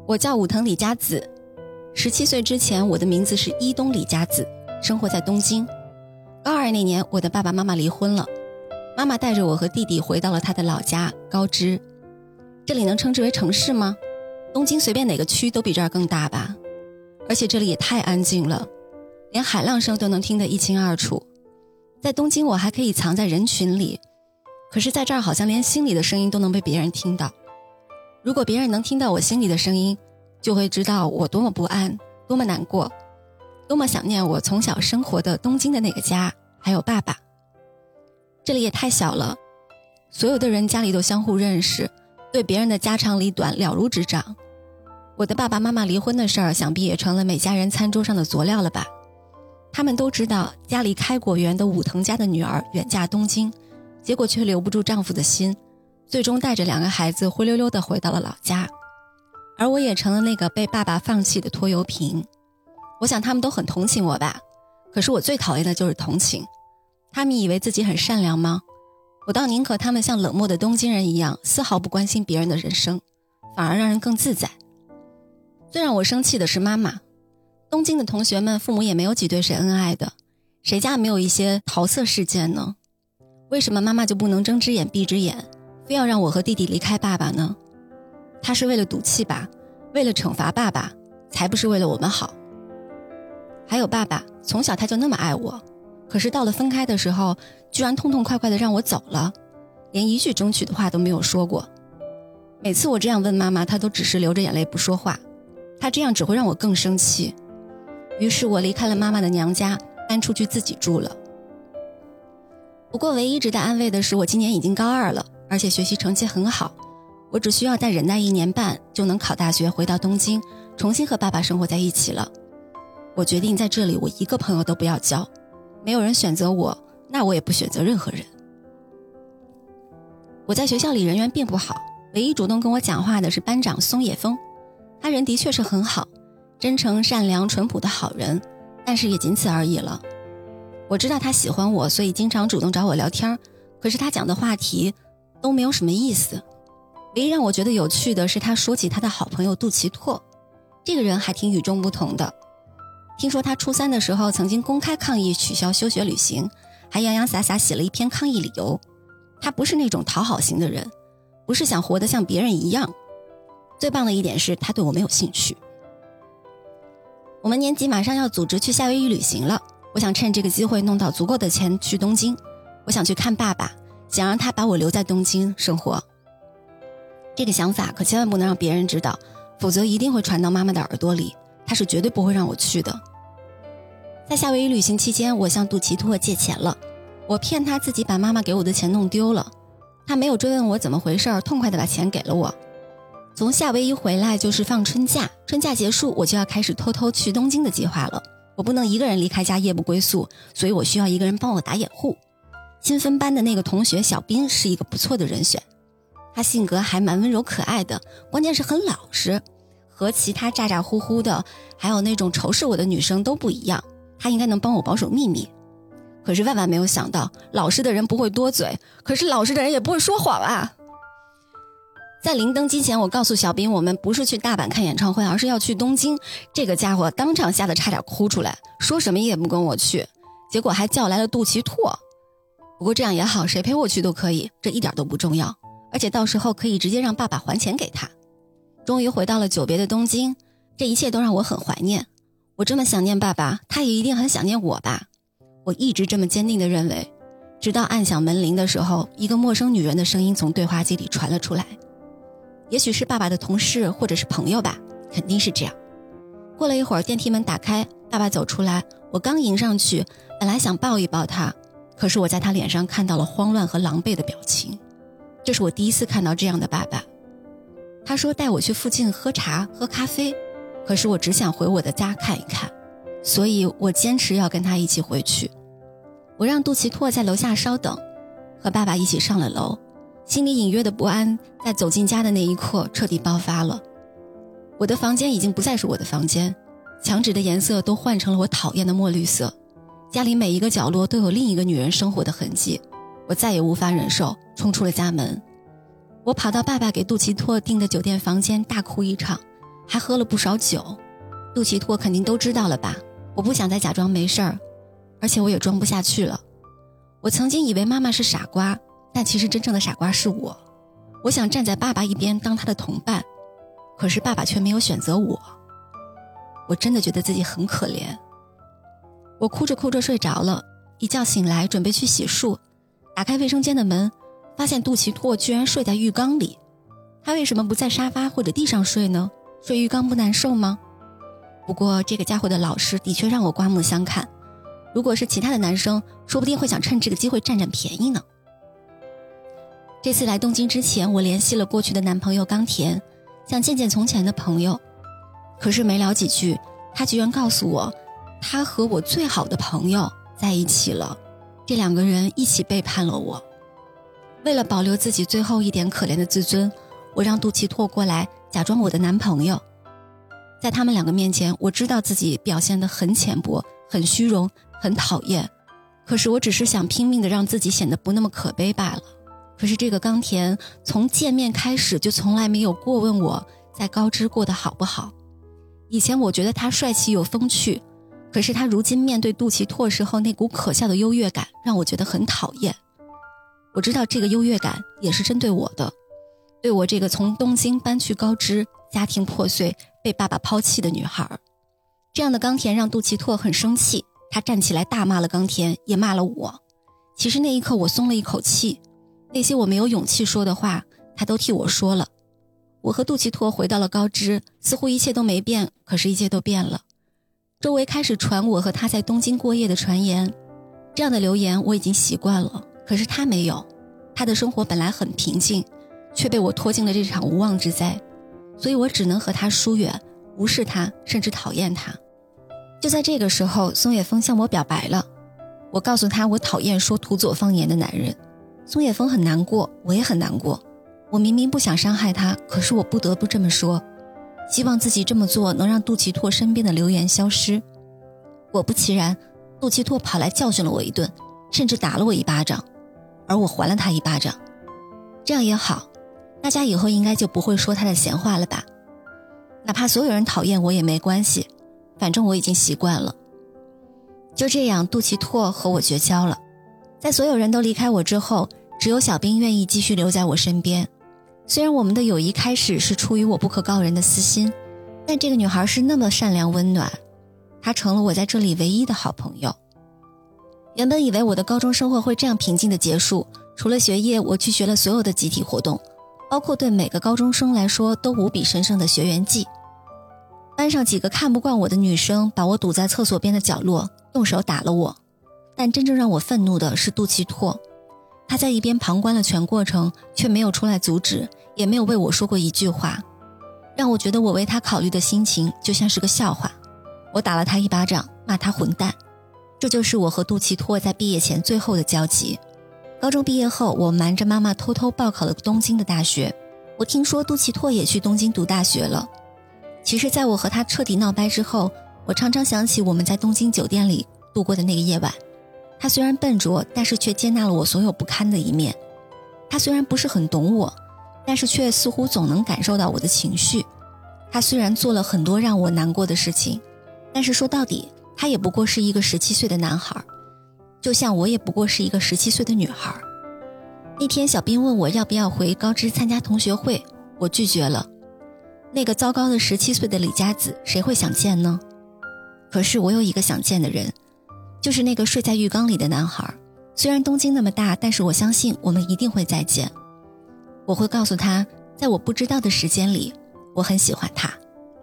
我叫武藤李佳子，十七岁之前我的名字是伊东李佳子，生活在东京。高二那年，我的爸爸妈妈离婚了，妈妈带着我和弟弟回到了她的老家高知。这里能称之为城市吗？东京随便哪个区都比这儿更大吧。而且这里也太安静了，连海浪声都能听得一清二楚。在东京我还可以藏在人群里，可是在这儿好像连心里的声音都能被别人听到。如果别人能听到我心里的声音，就会知道我多么不安，多么难过，多么想念我从小生活的东京的那个家，还有爸爸。这里也太小了，所有的人家里都相互认识，对别人的家长里短了如指掌。我的爸爸妈妈离婚的事儿，想必也成了每家人餐桌上的佐料了吧。他们都知道家里开果园的武藤家的女儿远嫁东京，结果却留不住丈夫的心，最终带着两个孩子灰溜溜地回到了老家。而我也成了那个被爸爸放弃的拖油瓶。我想他们都很同情我吧，可是我最讨厌的就是同情。他们以为自己很善良吗？我倒宁可他们像冷漠的东京人一样，丝毫不关心别人的人生，反而让人更自在。最让我生气的是妈妈。东京的同学们父母也没有几对是恩爱的，谁家没有一些桃色事件呢？为什么妈妈就不能睁只眼闭只眼，非要让我和弟弟离开爸爸呢？她是为了赌气吧，为了惩罚爸爸，才不是为了我们好。还有爸爸，从小他就那么爱我，可是到了分开的时候，居然痛痛快快地让我走了，连一句争取的话都没有说过。每次我这样问妈妈，她都只是流着眼泪不说话，她这样只会让我更生气。于是我离开了妈妈的娘家，搬出去自己住了。不过唯一值得安慰的是，我今年已经高二了，而且学习成绩很好，我只需要再忍耐一年半，就能考大学，回到东京，重新和爸爸生活在一起了。我决定在这里我一个朋友都不要交，没有人选择我，那我也不选择任何人。我在学校里人缘并不好，唯一主动跟我讲话的是班长松野枫，他人的确是很好，真诚善良淳朴的好人，但是也仅此而已了。我知道他喜欢我，所以经常主动找我聊天，可是他讲的话题都没有什么意思。唯一让我觉得有趣的是，他说起他的好朋友杜奇拓，这个人还挺与众不同的。听说他初三的时候曾经公开抗议取消休学旅行，还洋洋洒洒写了一篇抗议理由。他不是那种讨好型的人，不是想活得像别人一样。最棒的一点是他对我没有兴趣。我们年级马上要组织去夏威夷旅行了，我想趁这个机会弄到足够的钱去东京。我想去看爸爸，想让他把我留在东京生活。这个想法可千万不能让别人知道，否则一定会传到妈妈的耳朵里，她是绝对不会让我去的。在夏威夷旅行期间，我向杜奇拓借钱了，我骗他自己把妈妈给我的钱弄丢了，他没有追问我怎么回事，痛快地把钱给了我。从夏威夷回来就是放春假，春假结束我就要开始偷偷去东京的计划了。我不能一个人离开家夜不归宿，所以我需要一个人帮我打掩护。新分班的那个同学小斌是一个不错的人选，他性格还蛮温柔可爱的，关键是很老实，和其他咋咋呼呼的还有那种仇视我的女生都不一样，他应该能帮我保守秘密。可是万万没有想到，老实的人不会多嘴，可是老实的人也不会说谎啊。在临登机前，我告诉小斌我们不是去大阪看演唱会，而是要去东京。这个家伙当场吓得差点哭出来，说什么也不跟我去，结果还叫来了杜奇拓。不过这样也好，谁陪我去都可以，这一点都不重要，而且到时候可以直接让爸爸还钱给他。终于回到了久别的东京，这一切都让我很怀念。我这么想念爸爸，他也一定很想念我吧。我一直这么坚定地认为，直到按响门铃的时候，一个陌生女人的声音从对话机里传了出来。也许是爸爸的同事或者是朋友吧，肯定是这样。过了一会儿，电梯门打开，爸爸走出来，我刚迎上去，本来想抱一抱他，可是我在他脸上看到了慌乱和狼狈的表情。这是我第一次看到这样的爸爸。他说带我去附近喝茶喝咖啡，可是我只想回我的家看一看，所以我坚持要跟他一起回去。我让杜奇拓在楼下稍等，和爸爸一起上了楼，心里隐约的不安在走进家的那一刻彻底爆发了。我的房间已经不再是我的房间，墙纸的颜色都换成了我讨厌的墨绿色，家里每一个角落都有另一个女人生活的痕迹。我再也无法忍受，冲出了家门。我跑到爸爸给杜奇拓订的酒店房间大哭一场， 还喝了不少酒。杜琪拓肯定都知道了吧，我不想再假装没事儿，而且我也装不下去了。我曾经以为妈妈是傻瓜，但其实真正的傻瓜是我。我想站在爸爸一边当他的同伴，可是爸爸却没有选择我。我真的觉得自己很可怜。我哭着哭着睡着了，一觉醒来准备去洗漱，打开卫生间的门，发现杜琪拓居然睡在浴缸里。他为什么不在沙发或者地上睡呢？睡浴缸不难受吗？不过这个家伙的老实的确让我刮目相看，如果是其他的男生，说不定会想趁这个机会占占便宜呢。这次来东京之前，我联系了过去的男朋友冈田，想见见从前的朋友。可是没聊几句，他居然告诉我，他和我最好的朋友在一起了，这两个人一起背叛了我。为了保留自己最后一点可怜的自尊，我让杜琪拓过来假装我的男朋友。在他们两个面前，我知道自己表现得很浅薄，很虚荣，很讨厌，可是我只是想拼命地让自己显得不那么可悲罢了。可是这个冈田从见面开始就从来没有过问我在高知过得好不好。以前我觉得他帅气有风趣，可是他如今面对杜琪拓时候那股可笑的优越感让我觉得很讨厌。我知道这个优越感也是针对我的，对我这个从东京搬去高知，家庭破碎，被爸爸抛弃的女孩。这样的冈田让杜琪拓很生气，他站起来大骂了冈田，也骂了我。其实那一刻我松了一口气，那些我没有勇气说的话，他都替我说了。我和杜琪拓回到了高知，似乎一切都没变，可是一切都变了。周围开始传我和他在东京过夜的传言，这样的流言我已经习惯了，可是他没有。他的生活本来很平静，却被我拖进了这场无妄之灾，所以我只能和他疏远，无视他，甚至讨厌他。就在这个时候，松野枫向我表白了。我告诉他我讨厌说土佐方言的男人。松野枫很难过，我也很难过。我明明不想伤害他，可是我不得不这么说，希望自己这么做能让杜琪拓身边的流言消失。果不其然，杜琪拓跑来教训了我一顿，甚至打了我一巴掌，而我还了他一巴掌。这样也好，大家以后应该就不会说他的闲话了吧。哪怕所有人讨厌我也没关系，反正我已经习惯了。就这样，杜琪拓和我绝交了。在所有人都离开我之后，只有小兵愿意继续留在我身边。虽然我们的友谊开始是出于我不可告人的私心，但这个女孩是那么善良温暖，她成了我在这里唯一的好朋友。原本以为我的高中生活会这样平静的结束，除了学业，我去学了所有的集体活动，包括对每个高中生来说都无比神圣的学园祭。班上几个看不惯我的女生把我堵在厕所边的角落，动手打了我。但真正让我愤怒的是杜琪拓，他在一边旁观了全过程，却没有出来阻止，也没有为我说过一句话，让我觉得我为他考虑的心情就像是个笑话。我打了他一巴掌，骂他混蛋。这就是我和杜琪拓在毕业前最后的交集。高中毕业后，我瞒着妈妈偷偷报考了东京的大学。我听说杜琪拓也去东京读大学了。其实在我和他彻底闹掰之后，我常常想起我们在东京酒店里度过的那个夜晚。他虽然笨拙，但是却接纳了我所有不堪的一面。他虽然不是很懂我，但是却似乎总能感受到我的情绪。他虽然做了很多让我难过的事情，但是说到底，他也不过是一个十七岁的男孩，就像我也不过是一个十七岁的女孩。那天小兵问我要不要回高知参加同学会，我拒绝了。那个糟糕的十七岁的李佳子，谁会想见呢？可是我有一个想见的人，就是那个睡在浴缸里的男孩。虽然东京那么大，但是我相信我们一定会再见。我会告诉他，在我不知道的时间里，我很喜欢他。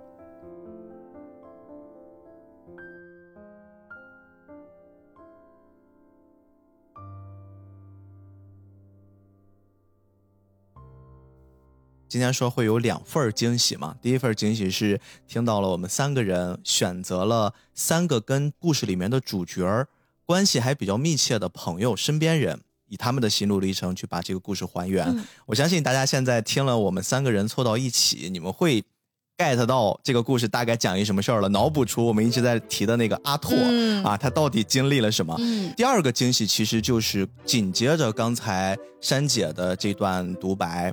今天说会有两份惊喜嘛，第一份惊喜是听到了我们三个人选择了三个跟故事里面的主角关系还比较密切的朋友身边人，以他们的心路历程去把这个故事还原、嗯、我相信大家现在听了我们三个人凑到一起，你们会 get 到这个故事大概讲一什么事儿了，脑补出我们一直在提的那个阿拓、嗯、啊，他到底经历了什么、嗯、第二个惊喜其实就是紧接着刚才珊姐的这段独白，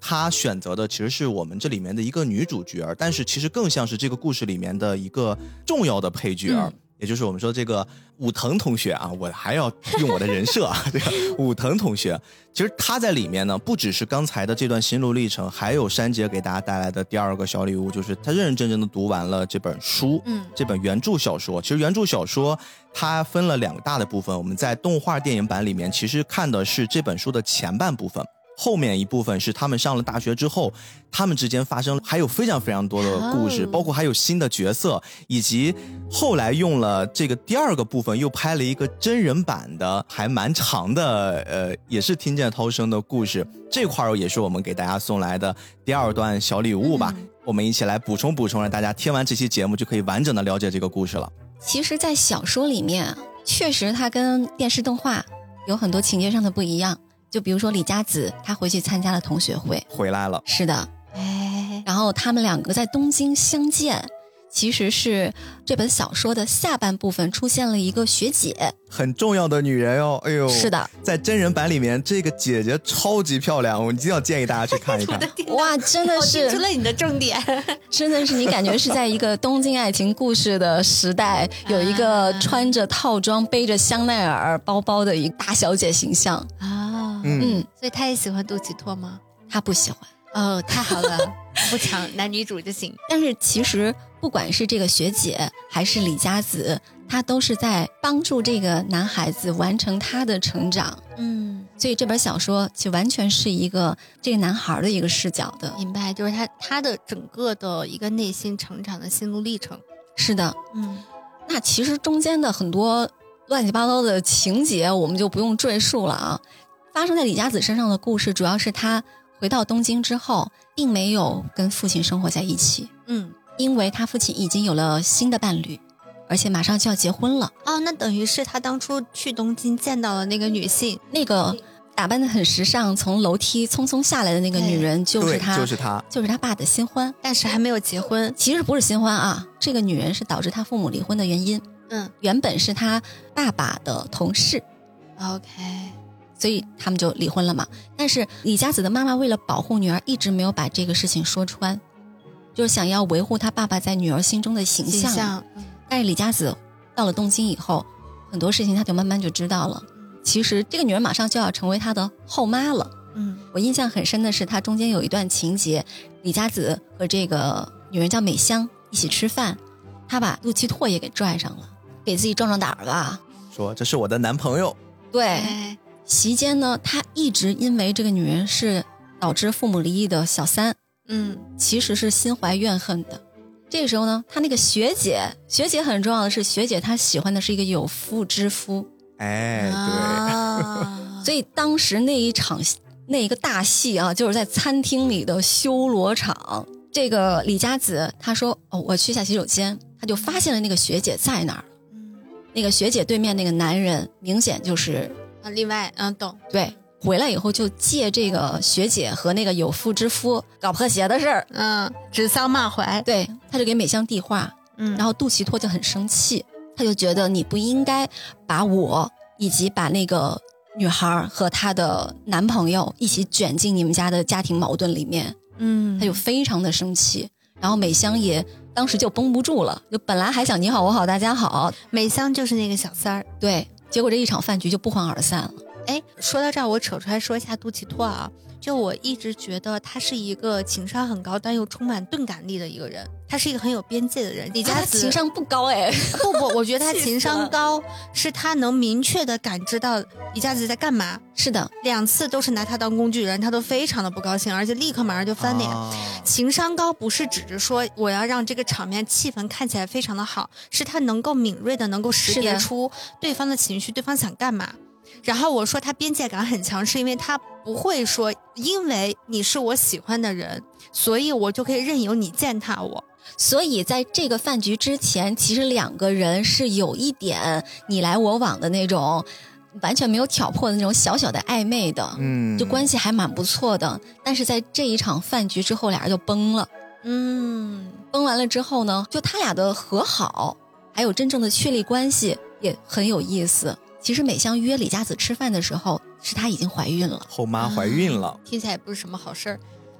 他选择的其实是我们这里面的一个女主角，但是其实更像是这个故事里面的一个重要的配角、嗯、也就是我们说这个武藤同学啊，我还要用我的人设啊，这个武藤同学，其实他在里面呢，不只是刚才的这段心路历程，还有珊姐给大家带来的第二个小礼物，就是他认认真真的读完了这本书，嗯，这本原著小说。其实原著小说它分了两个大的部分，我们在动画电影版里面其实看的是这本书的前半部分。后面一部分是他们上了大学之后，他们之间发生还有非常非常多的故事、oh. 包括还有新的角色，以及后来用了这个第二个部分又拍了一个真人版的还蛮长的呃，也是听见涛声的故事，这块也是我们给大家送来的第二段小礼物吧、嗯、我们一起来补充补充，让大家听完这期节目就可以完整的了解这个故事了。 其实在小说里面确实它跟电视动画有很多情节上的不一样，就比如说李佳子她回去参加了同学会回来了， 是的，哎，然后他们两个在东京相见，其实是这本小说的下半部分出现了一个学姐， 很重要的女人哦，哎呦， 是的， 在真人版里面这个姐姐超级漂亮，我一定要建议大家去看一看。 哇，真的是我听出了你的重点， 真的是你感觉是在一个东京爱情故事的时代，有一个穿着套装背着香奈儿包包的一个大小姐形象啊，嗯，所以她也喜欢杜琪拓吗？ 她不喜欢。 哦，太好了，不抢男女主就行。 但是其实不管是这个学姐还是李佳子，她都是在帮助这个男孩子完成他的成长。嗯，所以这本小说就完全是一个这个男孩的一个视角的。 明白，就是他他的整个的一个内心成长的心路历程。 是的， 嗯， 那其实中间的很多乱七八糟的情节我们就不用赘述了啊。发生在李佳子身上的故事主要是他回到东京之后并没有跟父亲生活在一起， 嗯， 因为他父亲已经有了新的伴侣，而且马上就要结婚了。 哦，那等于是他当初去东京见到了那个女性， 那个打扮得很时尚从楼梯匆匆下来的那个女人就是他， 就是他就是他爸的新欢， 但是还没有结婚。 其实不是新欢啊，这个女人是导致他父母离婚的原因。 嗯， 原本是他爸爸的同事。 OK， 所以他们就离婚了嘛。但是李佳子的妈妈为了保护女儿一直没有把这个事情说穿，就是想要维护他爸爸在女儿心中的形象, 形象、嗯、 但是李佳子到了东京以后很多事情他就慢慢就知道了，其实这个女人马上就要成为他的后妈了。 嗯， 我印象很深的是他中间有一段情节，李佳子和这个女人叫美香一起吃饭，他把杜琪拓也给拽上了，给自己壮壮胆儿吧， 说这是我的男朋友。 对、哎席间呢，他一直因为这个女人是导致父母离异的小三， 嗯， 其实是心怀怨恨的。这个时候呢，他那个学姐，学姐很重要的是，学姐她喜欢的是一个有妇之夫。 哎，对。 啊、 所以当时那一场那一个大戏啊，就是在餐厅里的修罗场。这个李佳子她说：“哦，我去下洗手间。”她就发现了那个学姐在那儿。嗯，那个学姐对面那个男人，明显就是。 啊，另外，嗯，懂。 对，回来以后就借这个学姐和那个有妇之夫搞破鞋的事儿， 嗯，指桑骂槐。 对，他就给美香递话，嗯，然后杜琪拓就很生气，他就觉得你不应该把我以及把那个女孩和她的男朋友一起卷进你们家的家庭矛盾里面， 嗯， 他就非常的生气。然后美香也当时就绷不住了，就本来还想你好我好大家好， 美香就是那个小三儿， 对。结果这一场饭局就不欢而散了。 哎，说到这儿，我扯出来说一下杜琪拓啊，就我一直觉得他是一个情商很高但又充满钝感力的一个人，他是一个很有边界的人。李佳子、 啊、情商不高哎， 不不，我觉得他情商高，是他能明确的感知到李佳子在干嘛。 是的， 两次都是拿他当工具人，他都非常的不高兴，而且立刻马上就翻脸。 啊、 情商高不是指着说我要让这个场面气氛看起来非常的好，是他能够敏锐的能够识别出对方的情绪，对方想干嘛。然后我说他边界感很强，是因为他不会说因为你是我喜欢的人，所以我就可以任由你践踏我。 所以在这个饭局之前，其实两个人是有一点你来我往的那种完全没有挑破的那种小小的暧昧的， 嗯， 就关系还蛮不错的。但是在这一场饭局之后，俩人就崩了。 嗯， 崩完了之后呢，就他俩的和好还有真正的确立关系也很有意思。其实美香约李佳子吃饭的时候，是她已经怀孕了， 后妈怀孕了、 啊、听起来也不是什么好事儿。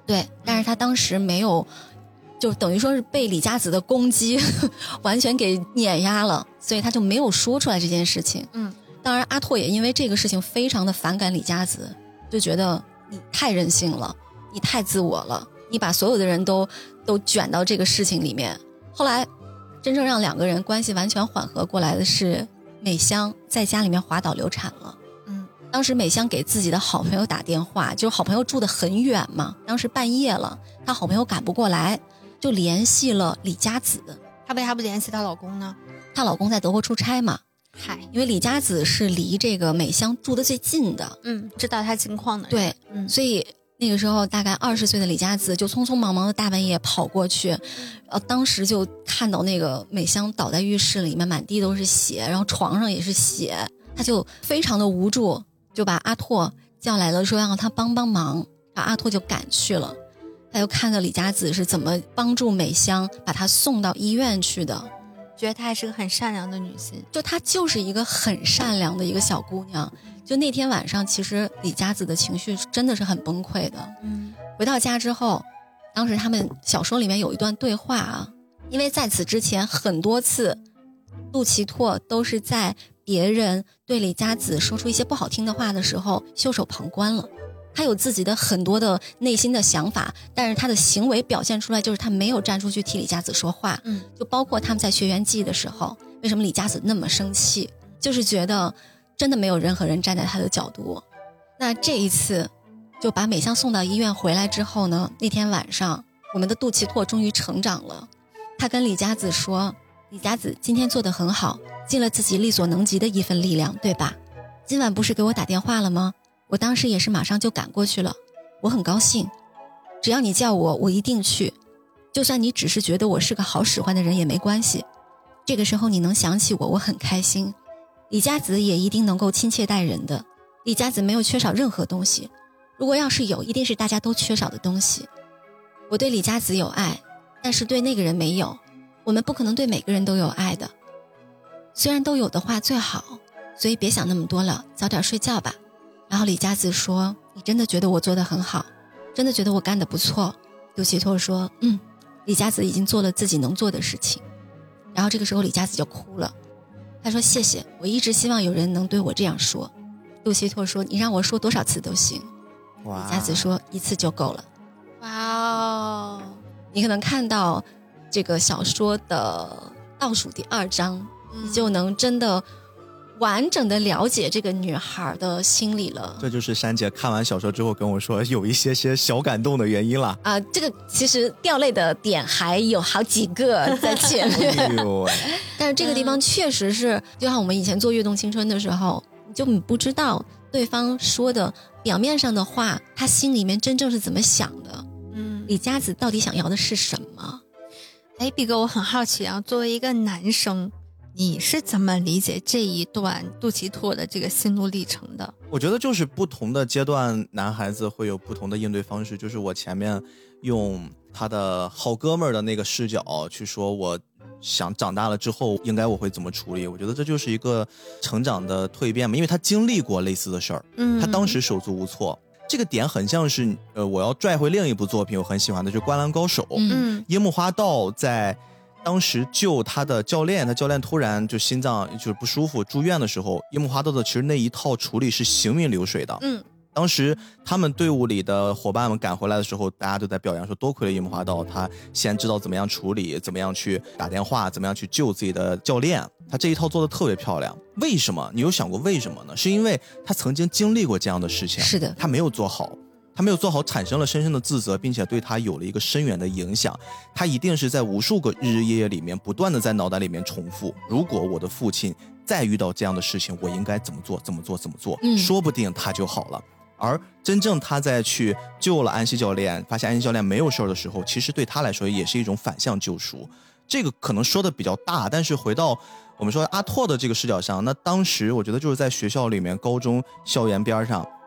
对，但是他当时没有，就等于说是被李家子的攻击完全给碾压了，所以他就没有说出来这件事情。 嗯， 当然阿拓也因为这个事情非常的反感李家子，就觉得你太任性了，你太自我了，你把所有的人都都卷到这个事情里面。后来真正让两个人关系完全缓和过来的是美香在家里面滑倒流产了。 嗯， 当时美香给自己的好朋友打电话，就是好朋友住得很远嘛，当时半夜了，她好朋友赶不过来，就联系了李家子。 她为啥不联系她老公呢？ 她老公在德国出差嘛。 嗨， 因为李家子是离这个美香住得最近的， 嗯，知道她情况的人。 对， 嗯， 所以那个时候大概二十岁的李家子就匆匆忙忙的大半夜跑过去，呃，当时就看到那个美香倒在浴室里面，满地都是血，然后床上也是血，他就非常的无助，就把阿拓叫来了，说让他帮帮忙，把阿拓就赶去了。他就看到李家子是怎么帮助美香把她送到医院去的， 觉得她还是个很善良的女性， 就她就是一个很善良的一个小姑娘。就那天晚上，其实李家子的情绪真的是很崩溃的。 嗯， 回到家之后，当时他们小说里面有一段对话啊，因为在此之前很多次，杜琪拓都是在别人对李家子说出一些不好听的话的时候袖手旁观了。他有自己的很多的内心的想法，但是他的行为表现出来就是他没有站出去替李家子说话。 嗯， 就包括他们在学园祭的时候，为什么李家子那么生气，就是觉得真的没有任何人站在他的角度。那这一次就把美香送到医院回来之后呢，那天晚上我们的杜琪拓终于成长了。他跟李家子说，李家子今天做得很好，尽了自己力所能及的一份力量，对吧？今晚不是给我打电话了吗？我当时也是马上就赶过去了，我很高兴，只要你叫我，我一定去，就算你只是觉得我是个好使唤的人也没关系，这个时候你能想起我，我很开心。李家子也一定能够亲切待人的，李家子没有缺少任何东西，如果要是有，一定是大家都缺少的东西。我对李家子有爱，但是对那个人没有，我们不可能对每个人都有爱的，虽然都有的话最好，所以别想那么多了，早点睡觉吧。然后李家子说，你真的觉得我做得很好，真的觉得我干得不错？杜琪拓说，嗯，李家子已经做了自己能做的事情。然后这个时候李家子就哭了，他说，谢谢，我一直希望有人能对我这样说。杜琪拓说，你让我说多少次都行。李家子说，一次就够了。 哇哦， 你可能看到这个小说的倒数第二章， 嗯、 你就能真的完整的了解这个女孩的心理了。 这就是珊姐看完小说之后跟我说有一些些小感动的原因啦。 啊、呃，这个其实掉泪的点还有好几个在前面、哎呦但是这个地方确实是，就像我们以前做跃动青春的时候，你就不知道对方说的表面上的话，他心里面真正是怎么想的。 嗯， 李家子到底想要的是什么？ 哎，毕哥，我很好奇啊，作为一个男生，你是怎么理解这一段杜琪拓的这个心路历程的？ 我觉得就是不同的阶段男孩子会有不同的应对方式，就是我前面用他的好哥们儿的那个视角去说我想长大了之后应该我会怎么处理，我觉得这就是一个成长的蜕变嘛，因为他经历过类似的事儿， 嗯， 他当时手足无措。这个点很像是呃，我要拽回另一部作品我很喜欢的就是《灌篮高手》。 嗯， 樱木花道在当时救他的教练，他教练突然就心脏就是不舒服住院的时候，樱木花道的其实那一套处理是行云流水的。 嗯， 当时他们队伍里的伙伴们赶回来的时候，大家都在表扬说多亏了樱木花道，他先知道怎么样处理，怎么样去打电话，怎么样去救自己的教练，他这一套做得特别漂亮。为什么？你有想过为什么呢？是因为他曾经经历过这样的事情， 是的， 他没有做好，他没有做好，产生了深深的自责，并且对他有了一个深远的影响。他一定是在无数个日日夜夜里面不断的在脑袋里面重复，如果我的父亲再遇到这样的事情，我应该怎么做怎么做怎么做、嗯、说不定他就好了。而真正他在去救了安西教练，发现安西教练没有事的时候，其实对他来说也是一种反向救赎。这个可能说的比较大，但是回到我们说阿拓的这个视角上，那当时我觉得就是在学校里面高中校园边上，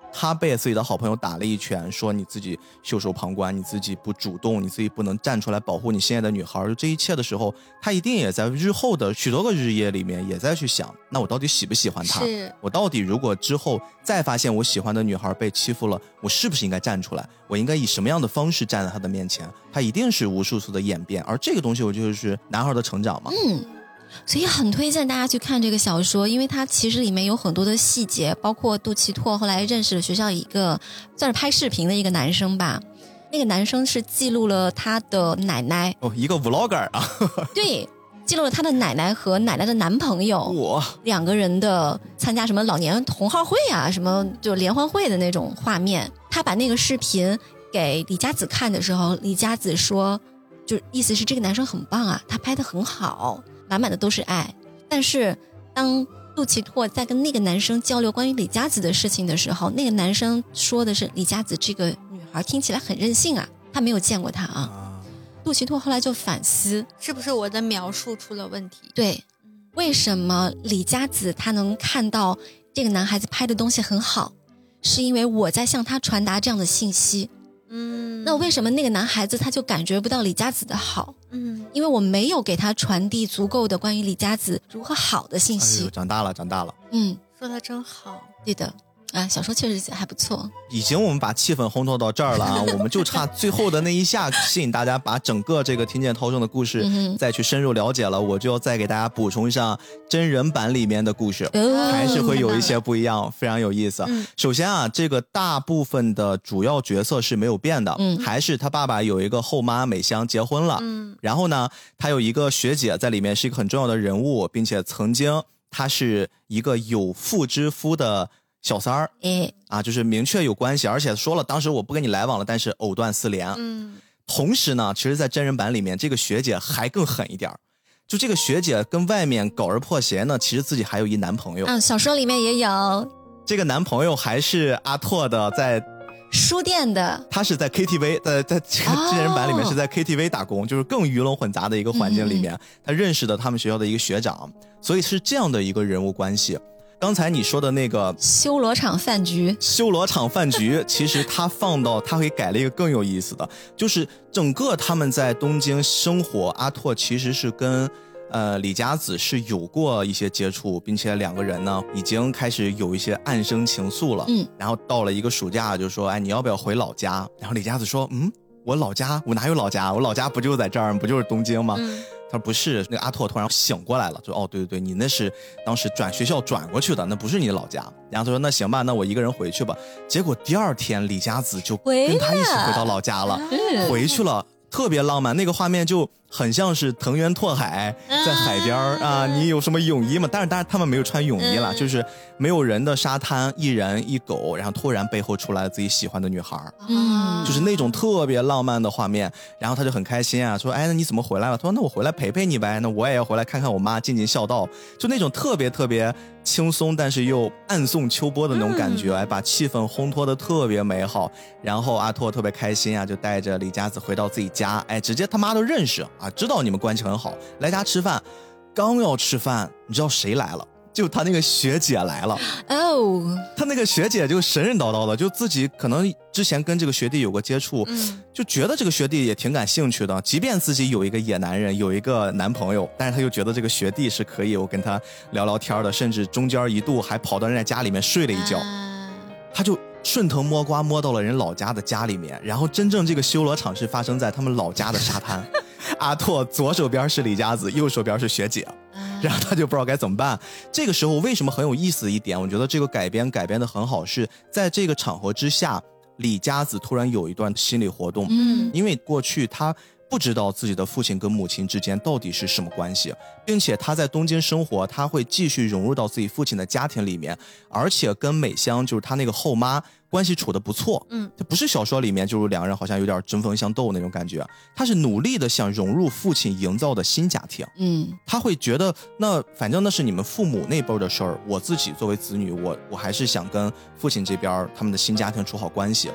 他被自己的好朋友打了一拳，说你自己袖手旁观，你自己不主动，你自己不能站出来保护你心爱的女孩，就这一切的时候，他一定也在日后的许多个日夜里面也在去想，那我到底喜不喜欢她？我到底如果之后再发现我喜欢的女孩被欺负了，我是不是应该站出来？我应该以什么样的方式站在她的面前？他一定是无数次的演变，而这个东西我就是男孩的成长嘛。 嗯。所以很推荐大家去看这个小说，因为它其实里面有很多的细节，包括杜琪拓后来认识了学校一个算是拍视频的一个男生吧，那个男生是记录了他的奶奶哦，一个 vlogger 啊对，记录了他的奶奶和奶奶的男朋友两个人的参加什么老年同好会啊，什么就联欢会的那种画面。他把那个视频给李佳子看的时候，李佳子说就意思是这个男生很棒啊，他拍得很好，满满的都是爱。但是当杜琪拓在跟那个男生交流关于李佳子的事情的时候，那个男生说的是李佳子这个女孩听起来很任性啊，他没有见过她啊。啊杜琪拓后来就反思， 是不是我的描述出了问题？ 对，为什么李佳子她能看到这个男孩子拍的东西很好，是因为我在向他传达这样的信息。嗯，那为什么那个男孩子他就感觉不到李佳子的好？嗯，因为我没有给他传递足够的关于李佳子如何好的信息。 哎呦，长大了，长大了。 嗯，说的真好。 对的。啊，小说确实还不错。 已经我们把气氛烘托到这儿了啊，我们就差最后的那一下吸引大家把整个这个听见涛声的故事再去深入了解了，我就要再给大家补充上真人版里面的故事，哦、还是会有一些不一样，非常有意思。嗯、首先啊，这个大部分的主要角色是没有变的，嗯、还是他爸爸有一个后妈美香结婚了，嗯、然后呢，他有一个学姐在里面是一个很重要的人物，并且曾经他是一个有妇之夫的小三儿，哎，啊，就是明确有关系，而且说了，当时我不跟你来往了，但是藕断丝连。嗯，同时呢，其实，在真人版里面，这个学姐还更狠一点，就这个学姐跟外面搞而破鞋呢，其实自己还有一男朋友。 嗯，小说里面也有。 这个男朋友还是阿拓的，在书店的， 他是在 K T V， 在在这个真人版里面是在 K T V 打工，哦、就是更鱼龙混杂的一个环境里面，嗯、他认识的他们学校的一个学长，所以是这样的一个人物关系。刚才你说的那个修罗场饭局， 修罗场饭局，其实他放到他会改了一个更有意思的，就是整个他们在东京生活，阿拓其实是跟呃李佳子是有过一些接触，并且两个人呢已经开始有一些暗生情愫了。嗯，然后到了一个暑假就说，哎，你要不要回老家？然后李佳子说，嗯，我老家我哪有老家？我老家不就在这儿，不就是东京吗？嗯，他说不是，那个阿拓突然醒过来了，说哦对对对，你那是当时转学校转过去的，那不是你的老家。然后他说那行吧，那我一个人回去吧。结果第二天李佳子就跟他一起回到老家了，回去了，特别浪漫，那个画面就很像是藤原拓海在海边啊，你有什么泳衣吗？但是当然他们没有穿泳衣了，就是没有人的沙滩，一人一狗，然后突然背后出来了自己喜欢的女孩，嗯，就是那种特别浪漫的画面。然后他就很开心啊，说哎，那你怎么回来了？他说那我回来陪陪你呗，那我也要回来看看我妈，尽尽孝道，就那种特别特别轻松但是又暗送秋波的那种感觉，哎，把气氛烘托的特别美好。然后阿拓特别开心啊，就带着李佳子回到自己家，哎，直接他妈都认识啊，知道你们关系很好，来家吃饭。刚要吃饭，你知道谁来了？就他那个学姐来了哦， oh. 他那个学姐就神神叨叨的，就自己可能之前跟这个学弟有过接触，嗯，就觉得这个学弟也挺感兴趣的，即便自己有一个野男人，有一个男朋友，但是他又觉得这个学弟是可以我跟他聊聊天的，甚至中间一度还跑到人家家里面睡了一觉，啊、他就顺藤摸瓜摸到了人老家的家里面，然后真正这个修罗场是发生在他们老家的沙滩。阿拓左手边是李佳子，右手边是学姐，然后他就不知道该怎么办。这个时候为什么很有意思的一点，我觉得这个改编改编的很好，是在这个场合之下，李佳子突然有一段心理活动，嗯，因为过去他不知道自己的父亲跟母亲之间到底是什么关系，并且他在东京生活，他会继续融入到自己父亲的家庭里面，而且跟美香就是他那个后妈关系处得不错，嗯，这不是小说里面就是两个人好像有点针锋相斗那种感觉，他是努力的想融入父亲营造的新家庭，嗯，他会觉得那反正那是你们父母那辈的事儿，我自己作为子女，我我还是想跟父亲这边他们的新家庭处好关系。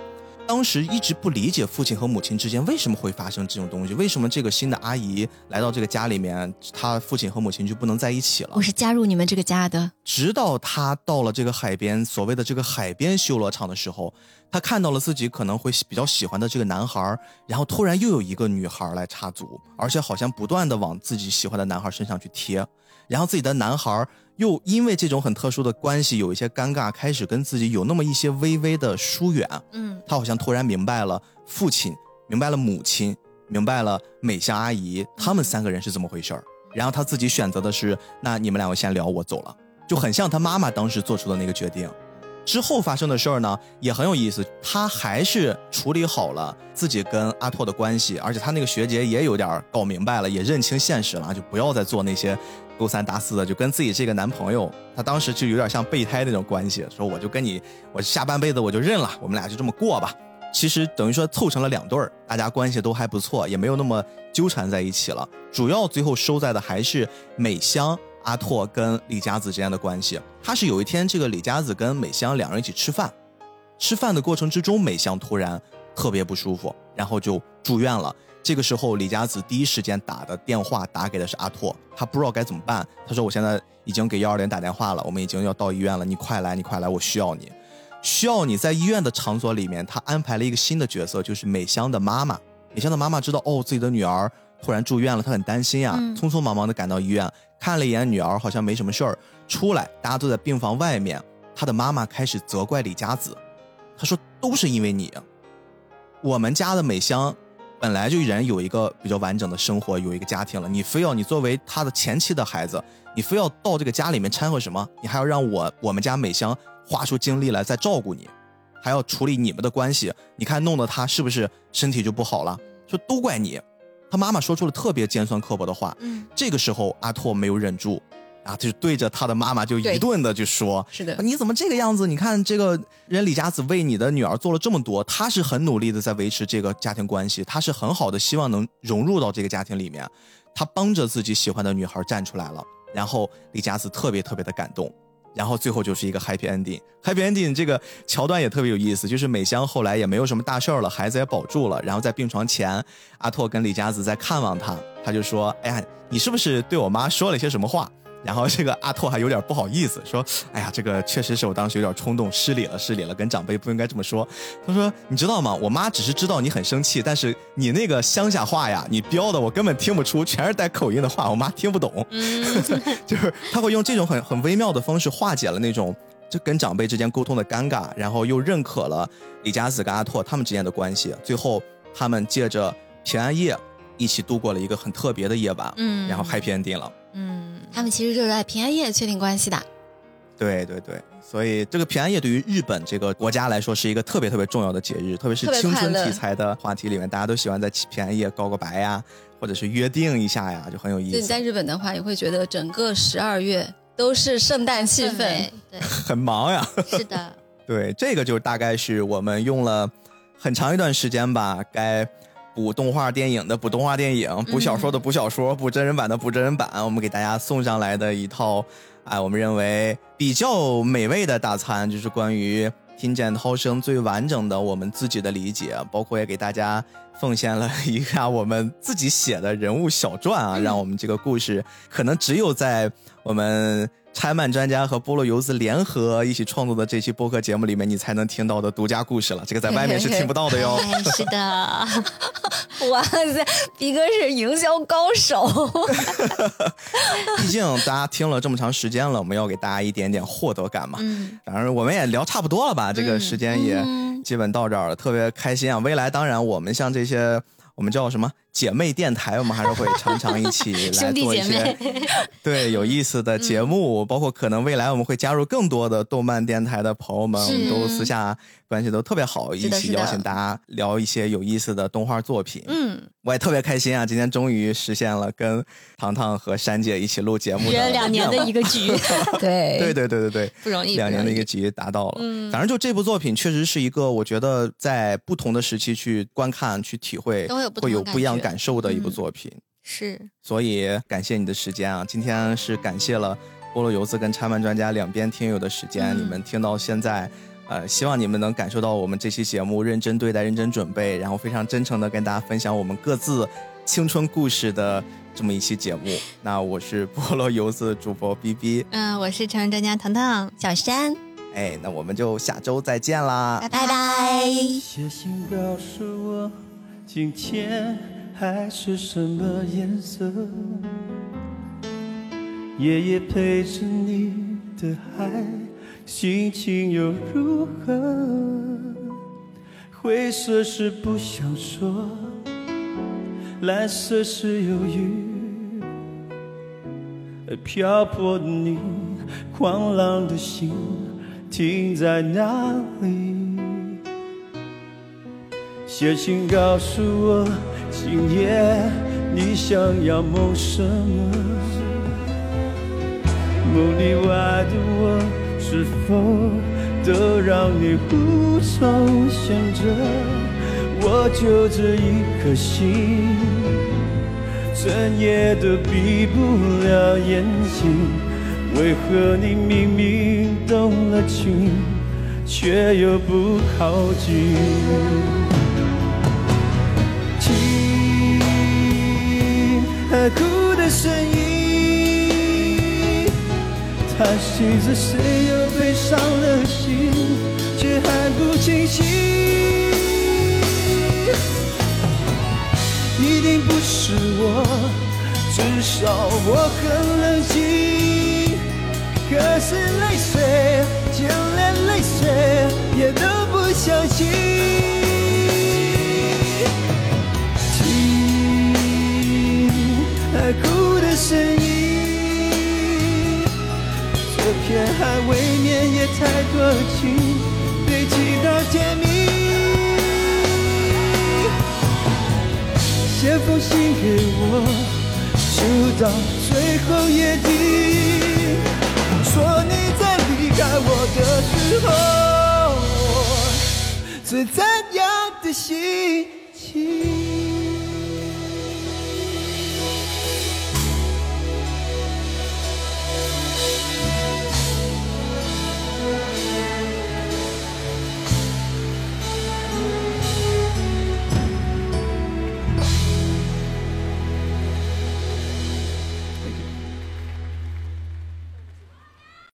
当时一直不理解父亲和母亲之间为什么会发生这种东西，为什么这个新的阿姨来到这个家里面，他父亲和母亲就不能在一起了。 我是加入你们这个家的。 直到他到了这个海边，所谓的这个海边修罗场的时候，他看到了自己可能会比较喜欢的这个男孩，然后突然又有一个女孩来插足，而且好像不断的往自己喜欢的男孩身上去贴，然后自己的男孩又因为这种很特殊的关系有一些尴尬，开始跟自己有那么一些微微的疏远。 嗯， 他好像突然明白了父亲，明白了母亲，明白了美香阿姨，他们三个人是怎么回事儿。然后他自己选择的是，那你们两个先聊，我走了，就很像他妈妈当时做出的那个决定。之后发生的事儿呢也很有意思，他还是处理好了自己跟阿拓的关系，而且他那个学姐也有点搞明白了，也认清现实了，就不要再做那些勾三搭四的，就跟自己这个男朋友，他当时就有点像备胎那种关系，说我就跟你，我下半辈子我就认了，我们俩就这么过吧。其实等于说凑成了两对儿，大家关系都还不错，也没有那么纠缠在一起了。主要最后收在的还是美香、阿拓跟李佳子之间的关系。他是有一天这个李佳子跟美香两人一起吃饭，吃饭的过程之中，美香突然特别不舒服，然后就住院了。这个时候李佳子第一时间打的电话打给的是阿拓，他不知道该怎么办，他说我现在已经给一二零打电话了，我们已经要到医院了，你快来你快来，我需要你需要你。在医院的场所里面，他安排了一个新的角色，就是美香的妈妈。美香的妈妈知道哦自己的女儿突然住院了，她很担心啊， 嗯、 匆匆忙忙的赶到医院，看了一眼女儿好像没什么事儿，出来大家都在病房外面，她的妈妈开始责怪李佳子，她说都是因为你，我们家的美香本来就人有一个比较完整的生活，有一个家庭了，你非要你作为她的前妻的孩子，你非要到这个家里面掺和什么，你还要让我我们家美香花出精力来再照顾你，还要处理你们的关系，你看弄得她是不是身体就不好了，说都怪你。他妈妈说出了特别尖酸刻薄的话， 嗯， 这个时候阿拓没有忍住啊，就对着他的妈妈就一顿的就说， 是的， 你怎么这个样子，你看这个人李佳子为你的女儿做了这么多，他是很努力的在维持这个家庭关系，他是很好的希望能融入到这个家庭里面，他帮着自己喜欢的女孩站出来了，然后李佳子特别特别的感动，然后最后就是一个 happy ending。 happy ending 这个桥段也特别有意思，就是美香后来也没有什么大事了，孩子也保住了，然后在病床前阿拓跟李佳子在看望他，他就说哎呀你是不是对我妈说了些什么话，然后这个阿拓还有点不好意思说哎呀这个确实是我当时有点冲动，失礼了失礼了，跟长辈不应该这么说。他说你知道吗，我妈只是知道你很生气，但是你那个乡下话呀你标的我根本听不出，全是带口音的话，我妈听不懂、嗯、就是他会用这种很很微妙的方式化解了那种就跟长辈之间沟通的尴尬，然后又认可了李佳子跟阿拓他们之间的关系，最后他们借着平安夜一起度过了一个很特别的夜晚，嗯，然后 happy ending 了， 嗯，他们其实就是在平安夜确定关系的。 对对对，所以这个平安夜对于日本这个国家来说是一个特别特别重要的节日，特别是青春题材的话题里面，大家都喜欢在平安夜告个白呀，或者是约定一下呀，就很有意思。 你在日本的话，你会觉得整个十二月都是圣诞气氛， 对， 很忙呀。 是的， 对，这个就大概是我们用了很长一段时间吧，该补动画电影的补动画电影，补小说的补小说，补真人版的补真人版，我们给大家送上来的一套哎，我们认为比较美味的大餐，就是关于听见涛声最完整的我们自己的理解，包括也给大家奉献了一下我们自己写的人物小传啊，让我们这个故事可能只有在我们拆漫专家和菠萝油子联合一起创作的这期播客节目里面你才能听到的独家故事了，这个在外面是听不到的哟。 哎，是的。 哇塞，逼哥是营销高手。 毕竟大家听了这么长时间了，我们要给大家一点点获得感嘛。嗯，当然我们也聊差不多了吧，这个时间也基本到这儿了，嗯、特别开心啊！未来当然我们像这些我们叫什么姐妹电台，我们还是会常常一起来做一些对有意思的节目、嗯、包括可能未来我们会加入更多的动漫电台的朋友们，我们都私下关系都特别好，一起邀请大家聊一些有意思的动画作品。嗯，我也特别开心啊，今天终于实现了跟糖糖和珊姐一起录节目的约两年的一个局。 对对对对对对， 不容易， 两年的一个局达到了。嗯，反正就这部作品确实是一个我觉得在不同的时期去观看去体会都会有不同会有不一样感受的一部作品。嗯、 是， 所以感谢你的时间啊！今天是感谢了菠萝油子跟拆漫专家两边听友的时间、嗯、你们听到现在呃，希望你们能感受到我们这期节目认真对待、认真准备，然后非常真诚的跟大家分享我们各自青春故事的这么一期节目。那我是菠萝油子主播 B B， 嗯，我是成人专家腾腾， 小山。 哎，那我们就下周再见啦， 拜拜。 写信表示我今天还是什么颜色，夜夜陪着你的海，心情又如何？灰色是不想说，蓝色是犹豫，而漂泊的你，狂浪的心停在哪里？写信告诉我，今夜你想要梦什么？梦里外的我，是否都让你无从选择？我就这一颗心，整夜都闭不了眼睛。为何你明明动了情，却又不靠近？听海哭的声音，它随着谁又悲伤了心，却还不清醒。一定不是我，至少我很冷静。可是泪水，就连泪水也都不相信。听海哭的声音，这片海未免也太多情，堆积到天明。写封信给我，就到最后约定。说你在离开我的时候，最赞扬的心